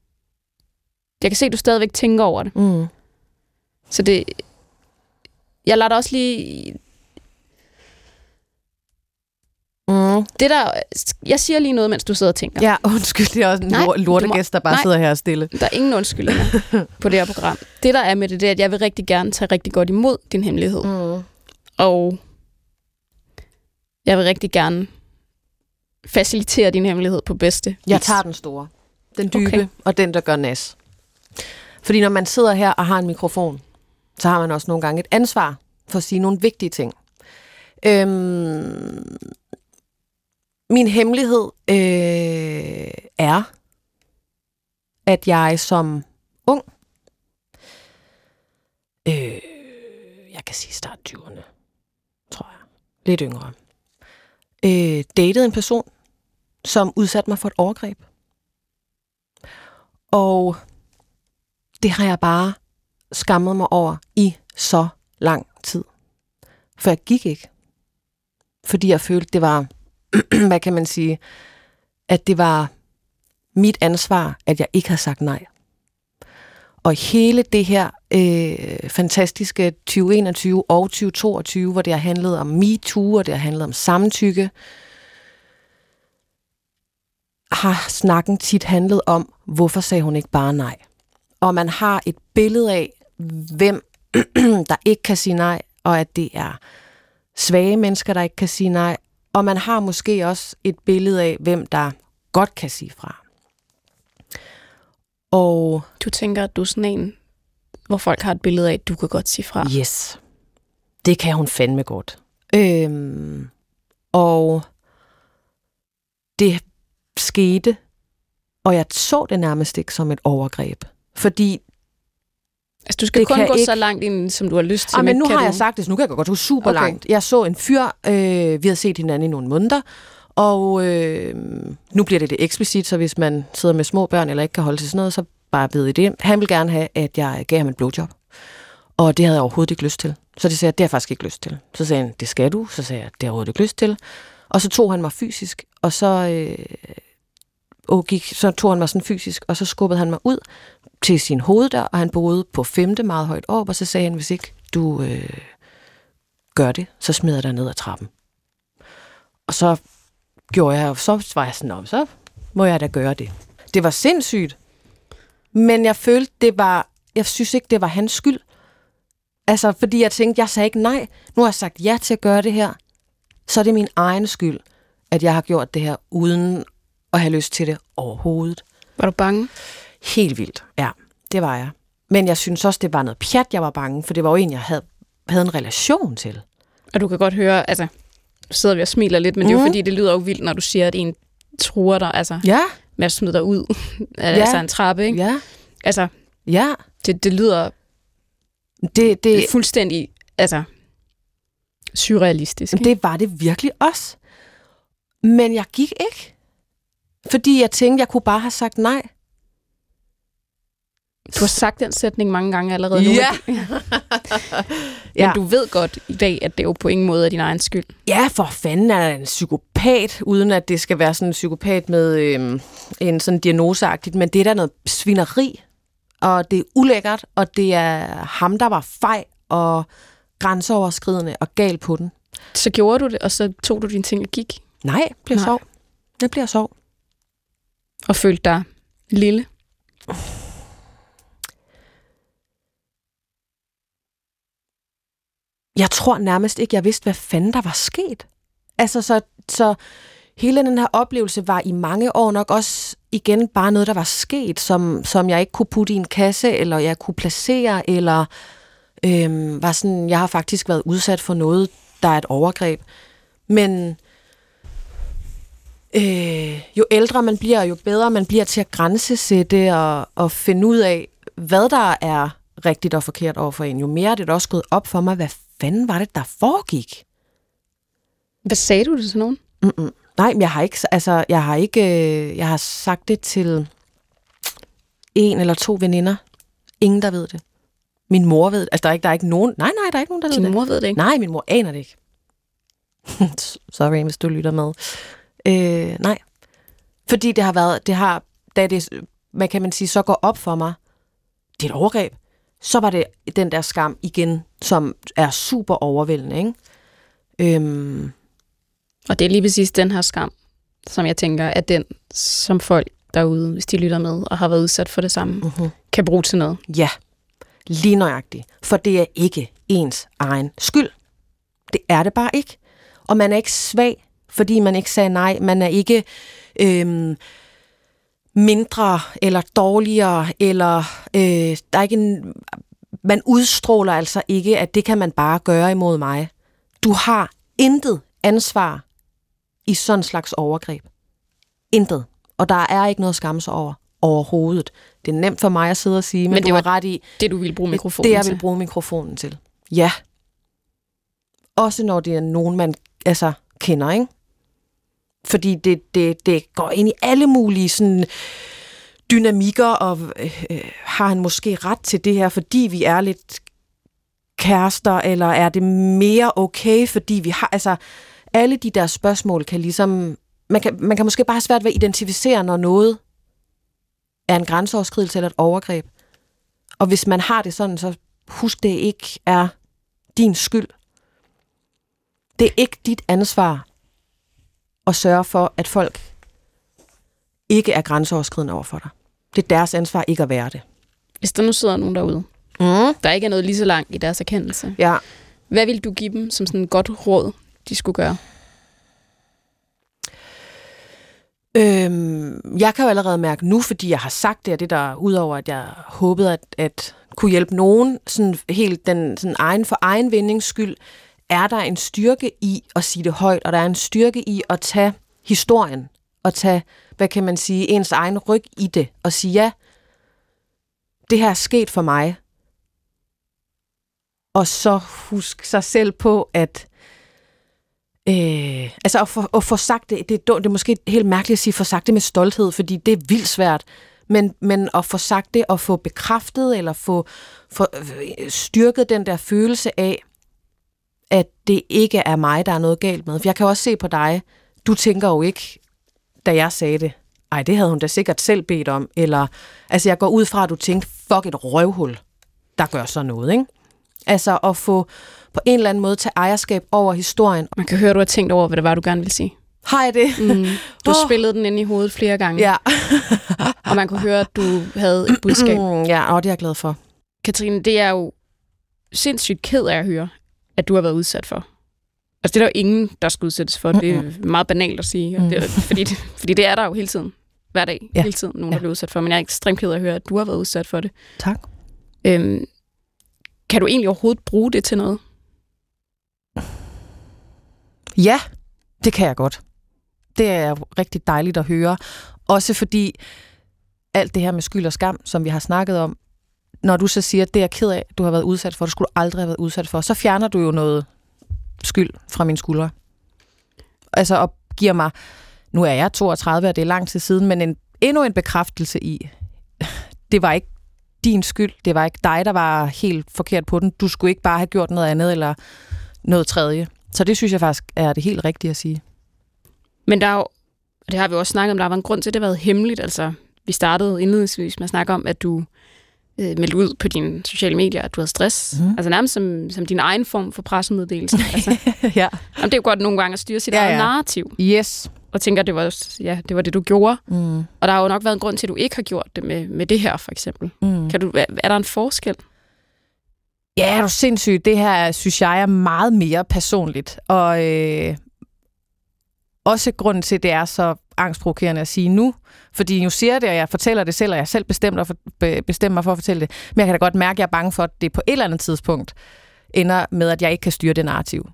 Speaker 4: stadigvæk tænker over det. Så det... Jeg lader dig også lige... Det der, jeg siger lige noget, mens du sidder og tænker.
Speaker 5: Ja, undskyld, det er også en lortegæst, der bare sidder her stille.
Speaker 4: Der er ingen undskyldninger på det her program. Det der er med det, er, at jeg vil rigtig gerne tage rigtig godt imod din hemmelighed. Og jeg vil rigtig gerne facilitere din hemmelighed på bedste vis.
Speaker 5: Jeg tager den store. Den dybe, og den, der gør nas. Fordi når man sidder her og har en mikrofon, så har man også nogle gange et ansvar for at sige nogle vigtige ting. Min hemmelighed er, at jeg som ung, jeg kan sige start 20'erne, tror jeg, lidt yngre, datede en person, som udsatte mig for et overgreb. Og det har jeg bare skammet mig over i så lang tid. For jeg gik ikke. Fordi jeg følte, det var, hvad kan man sige, at det var mit ansvar, at jeg ikke havde sagt nej. Og hele det her fantastiske 2021 og 2022, hvor det har handlet om MeToo, og det har handlet om samtykke, har snakken tit handlet om, hvorfor sagde hun ikke bare nej? Og man har et billede af, hvem der ikke kan sige nej, og at det er svage mennesker, der ikke kan sige nej. Og man har måske også et billede af, hvem der godt kan sige fra. Og
Speaker 4: du tænker, at du er sådan en, hvor folk har et billede af, at du kan godt sige fra?
Speaker 5: Yes. Det kan hun fandme godt. Og det skete, og jeg så det nærmest ikke som et overgreb. Fordi
Speaker 4: altså, du skal kun gå så langt ind, som du har lyst til.
Speaker 5: Men nu har jeg sagt det, så nu kan jeg godt gå super langt. Jeg så en fyr, vi havde set hinanden i nogle måneder, og nu bliver det eksplicit, så hvis man sidder med små børn, eller ikke kan holde til sådan noget, så bare ved I det. Han ville gerne have, at jeg gav ham et blowjob. Og det havde jeg overhovedet ikke lyst til. Så det sagde jeg, det har jeg faktisk ikke lyst til. Så sagde han, det skal du. Så sagde jeg, det har jeg overhovedet ikke lyst til. Og så tog han mig fysisk, og så tog han mig sådan fysisk, og så skubbede han mig ud til sin hoveddør, og han boede på 5. meget højt op, og så sagde han, hvis ikke du gør det, så smider jeg dig ned ad trappen. Og så gjorde jeg, så var jeg sådan, så må jeg da gøre det. Det var sindssygt, men jeg følte, jeg synes ikke, det var hans skyld. Altså, fordi jeg tænkte, jeg sagde ikke nej. Nu har jeg sagt ja til at gøre det her. Så er det min egen skyld, at jeg har gjort det her, uden at have lyst til det overhovedet.
Speaker 4: Var du bange?
Speaker 5: Helt vildt, ja. Det var jeg. Men jeg synes også, det var noget pjat, jeg var bange, for det var jo en, jeg havde en relation til.
Speaker 4: Og du kan godt høre, altså, du sidder vi og smiler lidt, men det er jo fordi, det lyder jo vildt, når du siger, at en truer dig, altså, med at smide dig ud. Altså en trappe, ikke?
Speaker 5: Ja.
Speaker 4: Altså, det lyder det er fuldstændig, altså, surrealistisk.
Speaker 5: Det var det virkelig også. Men jeg gik ikke. Fordi jeg tænkte, jeg kunne bare have sagt nej.
Speaker 4: Du har sagt den sætning mange gange allerede nu.
Speaker 5: Ja.
Speaker 4: Men du ved godt i dag, at det jo på ingen måde er din egen skyld.
Speaker 5: Ja, for fanden er en psykopat, uden at det skal være sådan en psykopat med en sådan diagnoseagtigt, men det er der noget svineri, og det er ulækkert, og det er ham, der var fej og grænseoverskridende og gal på den.
Speaker 4: Så gjorde du det, og så tog du dine ting og gik?
Speaker 5: Nej, jeg bliver sov.
Speaker 4: Og følte dig lille?
Speaker 5: Jeg tror nærmest ikke, jeg vidste, hvad fanden der var sket. Altså, så hele den her oplevelse var i mange år nok også igen bare noget, der var sket, som jeg ikke kunne putte i en kasse, eller jeg kunne placere, eller var sådan, jeg har faktisk været udsat for noget, der er et overgreb. Men jo ældre man bliver, jo bedre man bliver til at grænsesætte og finde ud af, hvad der er rigtigt og forkert overfor en. Jo mere er det også gået op for mig, hvad fanden var det, der foregik?
Speaker 4: Hvad sagde du det til nogen?
Speaker 5: Nej, men jeg har sagt det til 1 eller 2 veninder. Ingen, der ved det. Min mor ved det. Altså, der er ikke nogen. Nej, der er ikke nogen, der ved det.
Speaker 4: Din mor ved det ikke?
Speaker 5: Nej, min mor aner det ikke. Sorry, hvis du lytter med. Nej. Fordi det har været, da det, hvad kan man sige, så går op for mig, det er et overgreb, så var det den der skam igen, som er super overvældende, ikke?
Speaker 4: Og det er lige præcis den her skam, som jeg tænker, er den, som folk derude, hvis de lytter med og har været udsat for det samme, kan bruge til noget.
Speaker 5: Ja, lige nøjagtigt. For det er ikke ens egen skyld. Det er det bare ikke. Og man er ikke svag, fordi man ikke sagde nej. Man er ikke mindre eller dårligere, eller der er ikke man udstråler altså ikke, at det kan man bare gøre imod mig. Du har intet ansvar i sådan en slags overgreb. Intet. Og der er ikke noget at skamme sig over overhovedet. Det er nemt for mig at sidde og sige, men du har ret i...
Speaker 4: Det, du ville bruge mikrofonen til.
Speaker 5: Det, jeg vil bruge mikrofonen til. Ja. Også når det er nogen, man kender, ikke? Fordi det går ind i alle mulige sådan, dynamikker, og har han måske ret til det her, fordi vi er lidt kærester, eller er det mere okay, fordi vi har... alle de der spørgsmål kan ligesom... Man kan måske bare have svært ved at identificere, når noget er en grænseoverskridelse eller et overgreb. Og hvis man har det sådan, så husk, det ikke er din skyld. Det er ikke dit ansvar at sørge for, at folk ikke er grænseoverskridende over for dig. Det er deres ansvar ikke at være det.
Speaker 4: Hvis der nu sidder nogen derude, der ikke er noget lige så langt i deres erkendelse, hvad vil du give dem som sådan et godt råd, de skulle gøre?
Speaker 5: Jeg kan jo allerede mærke nu, fordi jeg har sagt det, og det der udover, at jeg håbede at kunne hjælpe nogen, sådan helt den sådan for egen vindings skyld, er der en styrke i at sige det højt, og der er en styrke i at tage historien, og tage, hvad kan man sige, ens egen ryg i det, og sige, ja, det her er sket for mig. Og så husk sig selv på, at at få sagt det, det er måske helt mærkeligt at sige, få sagt det med stolthed, fordi det er vildt svært, men at få sagt det, og få bekræftet, eller få styrket den der følelse af, at det ikke er mig, der er noget galt med. For jeg kan også se på dig, du tænker jo ikke, da jeg sagde det, ej, det havde hun da sikkert selv bedt om, eller, jeg går ud fra, at du tænkte, fuck et røvhul, der gør så noget, ikke? At få på en eller anden måde tage ejerskab over historien.
Speaker 4: Man kan høre, du har tænkt over, hvad det var, du gerne vil sige.
Speaker 5: Har jeg det?
Speaker 4: Du spillede den ind i hovedet flere gange.
Speaker 5: Ja.
Speaker 4: Og man kunne høre, at du havde et budskab.
Speaker 5: Ja, og det er jeg glad for.
Speaker 4: Katrine, det er jo sindssygt ked af at høre, at du har været udsat for. Det er der jo ingen, der skal udsættes for. Det er meget banalt at sige. Fordi det er der jo hele tiden. Hver dag. Hele tiden. Nogen, der bliver udsat for. Men jeg er ekstremt ked af at høre, at du har været udsat for det.
Speaker 5: Tak.
Speaker 4: Kan du egentlig overhovedet bruge det til noget?
Speaker 5: Ja, det kan jeg godt. Det er rigtig dejligt at høre. Også fordi alt det her med skyld og skam, som vi har snakket om, når du så siger, at det er jeg ked af, du har været udsat for, det skulle du aldrig have været udsat for, så fjerner du jo noget skyld fra mine skuldre. Og giver mig, nu er jeg 32, og det er lang tid siden, men endnu en bekræftelse i, det var ikke din skyld, det var ikke dig, der var helt forkert på den. Du skulle ikke bare have gjort noget andet, eller noget tredje. Så det synes jeg faktisk er det helt rigtige at sige.
Speaker 4: Men der er jo, og det har vi også snakket om, der var en grund til, at det har været hemmeligt. Vi startede indledningsvis med at snakke om, at du meldte ud på dine sociale medier, at du havde stress. Nærmest som din egen form for pressemeddelelse.
Speaker 5: Ja.
Speaker 4: Og det er jo godt nogle gange at styre sit eget narrativ.
Speaker 5: Yes.
Speaker 4: Og tænker, at det var det, du gjorde. Og der har jo nok været en grund til, at du ikke har gjort det med det her, for eksempel. Er der en forskel?
Speaker 5: Ja, er du sindssygt. Det her, synes jeg, er meget mere personligt. Og også grunden til, at det er så angstprovokerende at sige nu. Fordi nu siger jeg det, og jeg fortæller det selv, og jeg selv bestemmer mig for at fortælle det. Men jeg kan da godt mærke, at jeg er bange for, at det på et eller andet tidspunkt ender med, at jeg ikke kan styre det narrativ.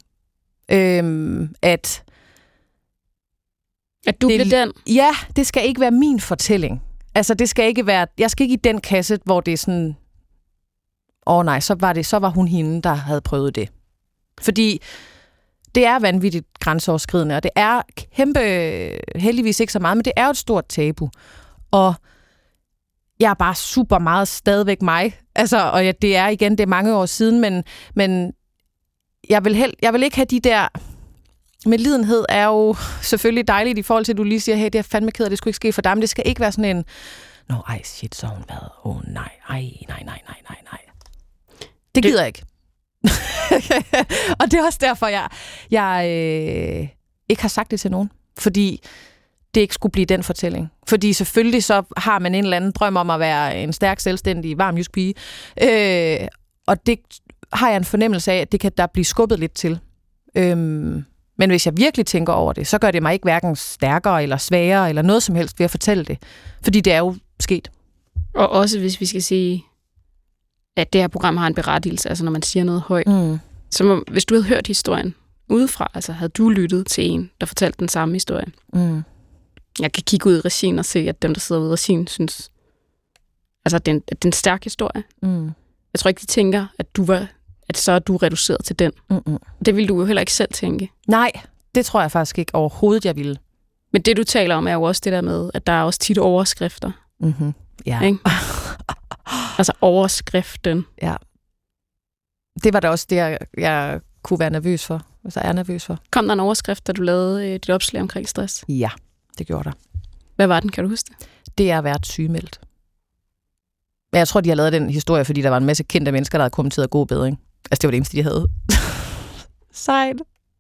Speaker 4: At du bliver den?
Speaker 5: Ja, det skal ikke være min fortælling. Det skal ikke være... Jeg skal ikke i den kasse, hvor det er sådan... nej, så var hun hende, der havde prøvet det. Fordi det er vanvittigt grænseoverskridende, og det er kæmpe, heldigvis ikke så meget, men det er jo et stort tabu. Og jeg er bare super meget stadigvæk mig. Og det er mange år siden, men jeg vil ikke have de der... Medlidenhed er jo selvfølgelig dejligt i forhold til, at du lige siger, hey, det er fandme ked af, det skulle ikke ske for dig, men det skal ikke være sådan en, shit, så har hun været, nej. Det gider jeg ikke. Og det er også derfor, ikke har sagt det til nogen, fordi det ikke skulle blive den fortælling. Fordi selvfølgelig så har man en eller anden drøm om at være en stærk, selvstændig, varm jysk pige. Og det har jeg en fornemmelse af, at det kan der blive skubbet lidt til. Men hvis jeg virkelig tænker over det, så gør det mig ikke hverken stærkere eller svagere eller noget som helst ved at fortælle det. Fordi det er jo sket.
Speaker 4: Og også hvis vi skal sige, at det her program har en berettigelse, altså når man siger noget højt. Så hvis du havde hørt historien udefra, altså havde du lyttet til en, der fortalte den samme historie. Jeg kan kigge ud i regien og se, at dem, der sidder ude i regien, synes, altså, at det er en stærk historie. Jeg tror ikke, de tænker, at så er du reduceret til den. Det ville du jo heller ikke selv tænke.
Speaker 5: Nej, det tror jeg faktisk ikke overhovedet, jeg ville.
Speaker 4: Men det, du taler om, er jo også det der med, at der er også tit overskrifter.
Speaker 5: Ja.
Speaker 4: Ikke? Altså overskriften.
Speaker 5: Ja. Det var da også det, jeg kunne være nervøs for. Altså er nervøs for.
Speaker 4: Kom der en overskrift, da du lavede dit opslag omkring stress?
Speaker 5: Ja, det gjorde der.
Speaker 4: Hvad var den, kan du huske det?
Speaker 5: Det er at være sygemeldt. Men jeg tror, de har lavet den historie, fordi der var en masse kendte mennesker, der havde kommenteret god bedring. Altså, det var det eneste, de havde. Sejt.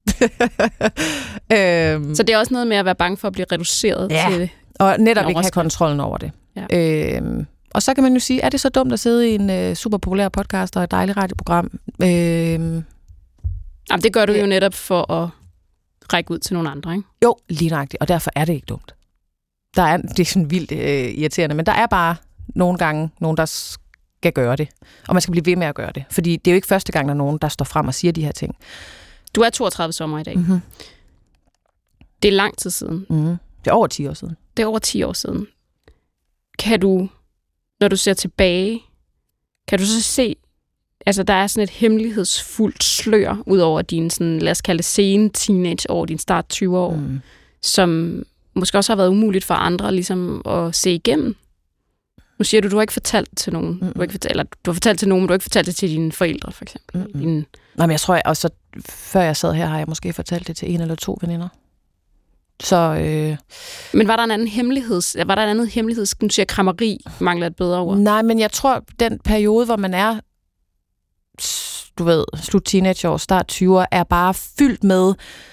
Speaker 4: Så det er også noget med at være bange for at blive reduceret til det.
Speaker 5: Og netop ikke have kontrollen over det. Ja. Og så kan man jo sige, er det så dumt at sidde i en super populær podcast og et dejligt radioprogram?
Speaker 4: Jamen, det gør du jo netop for at række ud til nogle andre, ikke?
Speaker 5: Jo, lige nøjagtigt, og derfor er det ikke dumt. Det er sådan vildt irriterende, men der er bare nogle gange nogen, der skal gøre det. Og man skal blive ved med at gøre det. Fordi det er jo ikke første gang, der er nogen, der står frem og siger de her ting.
Speaker 4: Du er 32 sommer i dag. Det er lang tid siden.
Speaker 5: Det er over 10 år siden.
Speaker 4: Det er over 10 år siden. Kan du, når du ser tilbage, kan du så se, altså der er sådan et hemmelighedsfuldt slør ud over dine, sådan, lad os kalde det sene teenageår, din start 20 år, som måske også har været umuligt for andre ligesom at se igennem. Nu siger du har ikke fortalt til nogen. Du har fortalt til nogen, men du har ikke fortalt det til dine forældre, for eksempel.
Speaker 5: Nej, men jeg tror, også før jeg sad her, har jeg måske fortalt det til 1 eller 2 veninder. Så,
Speaker 4: Men var der en anden hemmelighed? Du siger krammeri, mangler et bedre ord.
Speaker 5: Nej, men jeg tror, den periode, hvor man er, du ved, slut teenageår, start 20'er, er bare fyldt med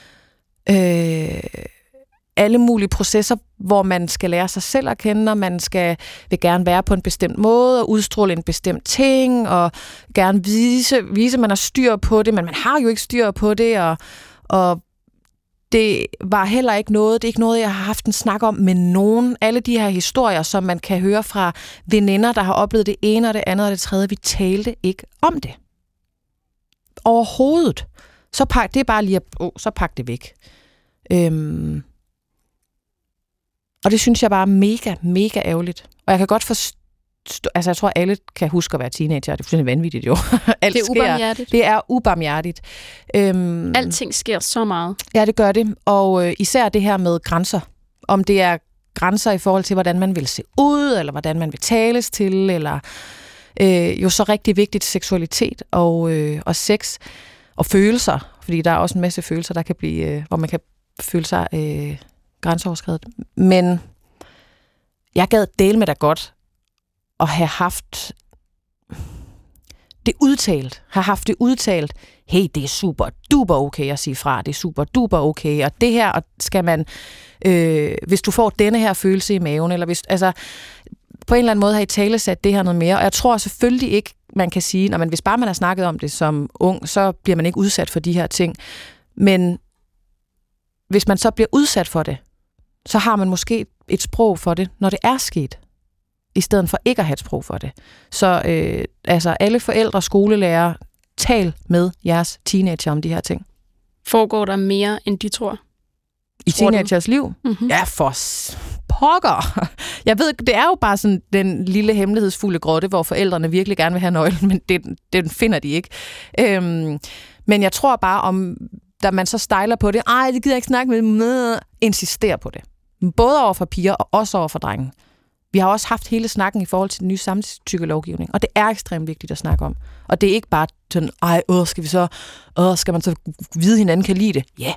Speaker 5: alle mulige processer, hvor man skal lære sig selv at kende, og man vil gerne være på en bestemt måde, og udstråle en bestemt ting, og gerne vise, at man har styr på det, men man har jo ikke styr på det, og det var heller ikke noget, det er ikke noget, jeg har haft en snak om med nogen. Alle de her historier, som man kan høre fra veninder, der har oplevet det ene og det andet og det tredje, vi talte ikke om det. Overhovedet. Det er bare lige så pak det væk. Og det synes jeg bare er mega, mega ærgerligt. Og jeg kan godt forstå, altså jeg tror, alle kan huske at være teenager. Det er fuldstændig vanvittigt jo.
Speaker 4: Det er ubarmhjertigt.
Speaker 5: Det er ubarmhjertigt.
Speaker 4: Alting sker så meget.
Speaker 5: Ja, det gør det. Og især det her med grænser. Om det er grænser i forhold til, hvordan man vil se ud, eller hvordan man vil tales til, eller jo så rigtig vigtigt seksualitet og sex og følelser. Fordi der er også en masse følelser, der kan blive, hvor man kan føle sig grænseoverskredet. Men jeg gad dele med dig godt at have haft det udtalt. Hey, det er super duper okay at sige fra. Det er super duper okay. Og det her skal man, hvis du får denne her følelse i maven, eller hvis, altså på en eller anden måde har I talesat det her noget mere. Og jeg tror selvfølgelig ikke, man kan sige, men hvis bare man har snakket om det som ung, så bliver man ikke udsat for de her ting. Men hvis man så bliver udsat for det, så har man måske et sprog for det, når det er sket, i stedet for ikke at have et sprog for det. Så altså alle forældre, skolelærer, tal med jeres teenager om de her ting.
Speaker 4: Foregår der mere, end de tror?
Speaker 5: I teenagers liv? Mm-hmm. Ja, for pokker! Jeg ved, det er jo bare sådan den lille hemmelighedsfulde grotte, hvor forældrene virkelig gerne vil have nøglen, men den finder de ikke. Men jeg tror bare, da man så stejler på det, det gider jeg ikke snakke med, insisterer på det. Både over for piger og også over for drenge. Vi har også haft hele snakken i forhold til den nye samtykkelovgivning, og det er ekstremt vigtigt at snakke om. Og det er ikke bare sådan, skal man så vide, hinanden kan lide det? Ja.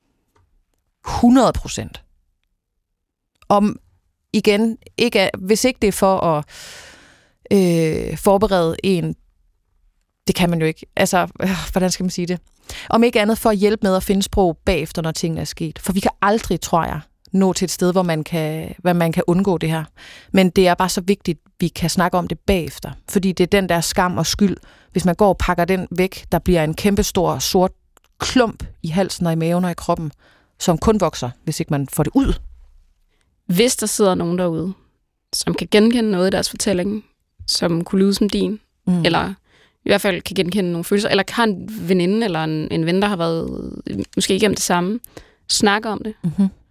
Speaker 5: 100%. Om igen, hvis ikke det er for at forberede en
Speaker 9: det kan man jo ikke. Altså, hvordan skal man sige det? Om ikke andet for at hjælpe med at finde sprog bagefter, når tingene er sket. For vi kan aldrig, tror jeg, nå til et sted, hvor man kan undgå det her. Men det er bare så vigtigt, at vi kan snakke om det bagefter. Fordi det er den der skam og skyld. Hvis man går og pakker den væk, der bliver en kæmpestor sort klump i halsen og i maven og i kroppen, som kun vokser, hvis ikke man får det ud.
Speaker 4: Hvis der sidder nogen derude, som kan genkende noget i deres fortælling, som kunne lyde som din, eller i hvert fald kan genkende nogle følelser, eller har en veninde eller en ven, der har været måske igennem det samme, snakke om det.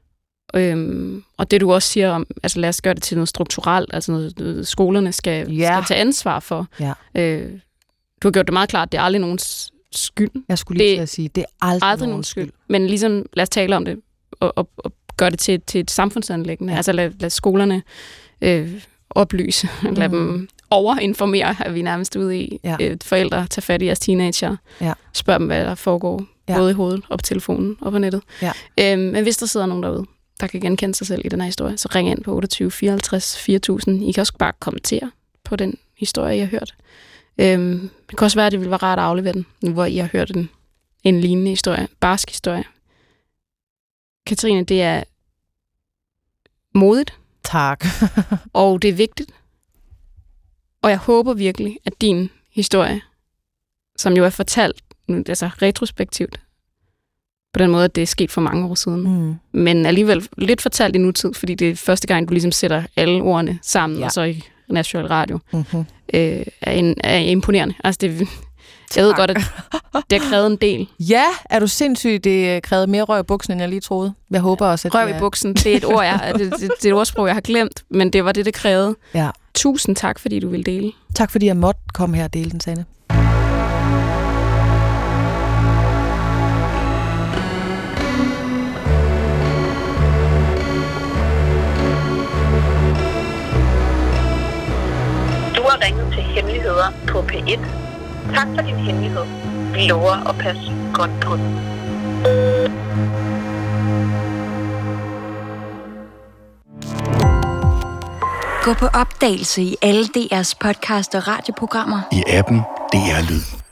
Speaker 4: Og det du også siger om, altså lad os gøre det til noget strukturelt, altså noget, skolerne skal tage ansvar for. Ja. Du har gjort det meget klart, det er aldrig nogens skyld.
Speaker 9: Jeg skulle lige til at sige, det er aldrig nogens skyld.
Speaker 4: Men ligesom, lad os tale om det, og gøre det til et samfundsanliggende. Ja. Altså lad skolerne oplyse, lad dem overinformere, er vi nærmest ude i. Ja. Forældre tager fat i jeres teenager, spørg dem, hvad der foregår, både i hovedet og på telefonen og på nettet. Ja. Men hvis der sidder nogen derude, der kan genkende sig selv i den her historie, så ring ind på 28 54 4000. I kan også bare kommentere på den historie, I har hørt. Det kan også være, at det ville være rart at aflevere den, nu hvor I har hørt en lignende historie, barsk historie. Katrine, det er modigt.
Speaker 9: Tak.
Speaker 4: Og det er vigtigt. Og jeg håber virkelig, at din historie, som jo er fortalt, altså retrospektivt, på den måde, at det er sket for mange år siden, men alligevel lidt fortalt i nutid, fordi det er første gang, du ligesom sætter alle ordene sammen, og så i National Radio, er imponerende. Altså det, jeg ved godt, at det har krævet en del.
Speaker 9: Ja, er du sindssygt? Det krævede mere røv i buksen, end jeg lige troede. Jeg håber også, at
Speaker 4: røv i buksen, det er et ord, det er et ordsprog, jeg har glemt, men det var det krævede. Ja. Tusind tak, fordi du ville dele.
Speaker 9: Tak, fordi jeg måtte komme her og dele den, Sanne.
Speaker 2: Du har ringet til Hemmeligheder på P1. Tak for din hemmelighed. Vi lover at passe godt på den.
Speaker 10: Gå på opdagelse i alle DR's podcast og radioprogrammer.
Speaker 11: I appen DR Lyd.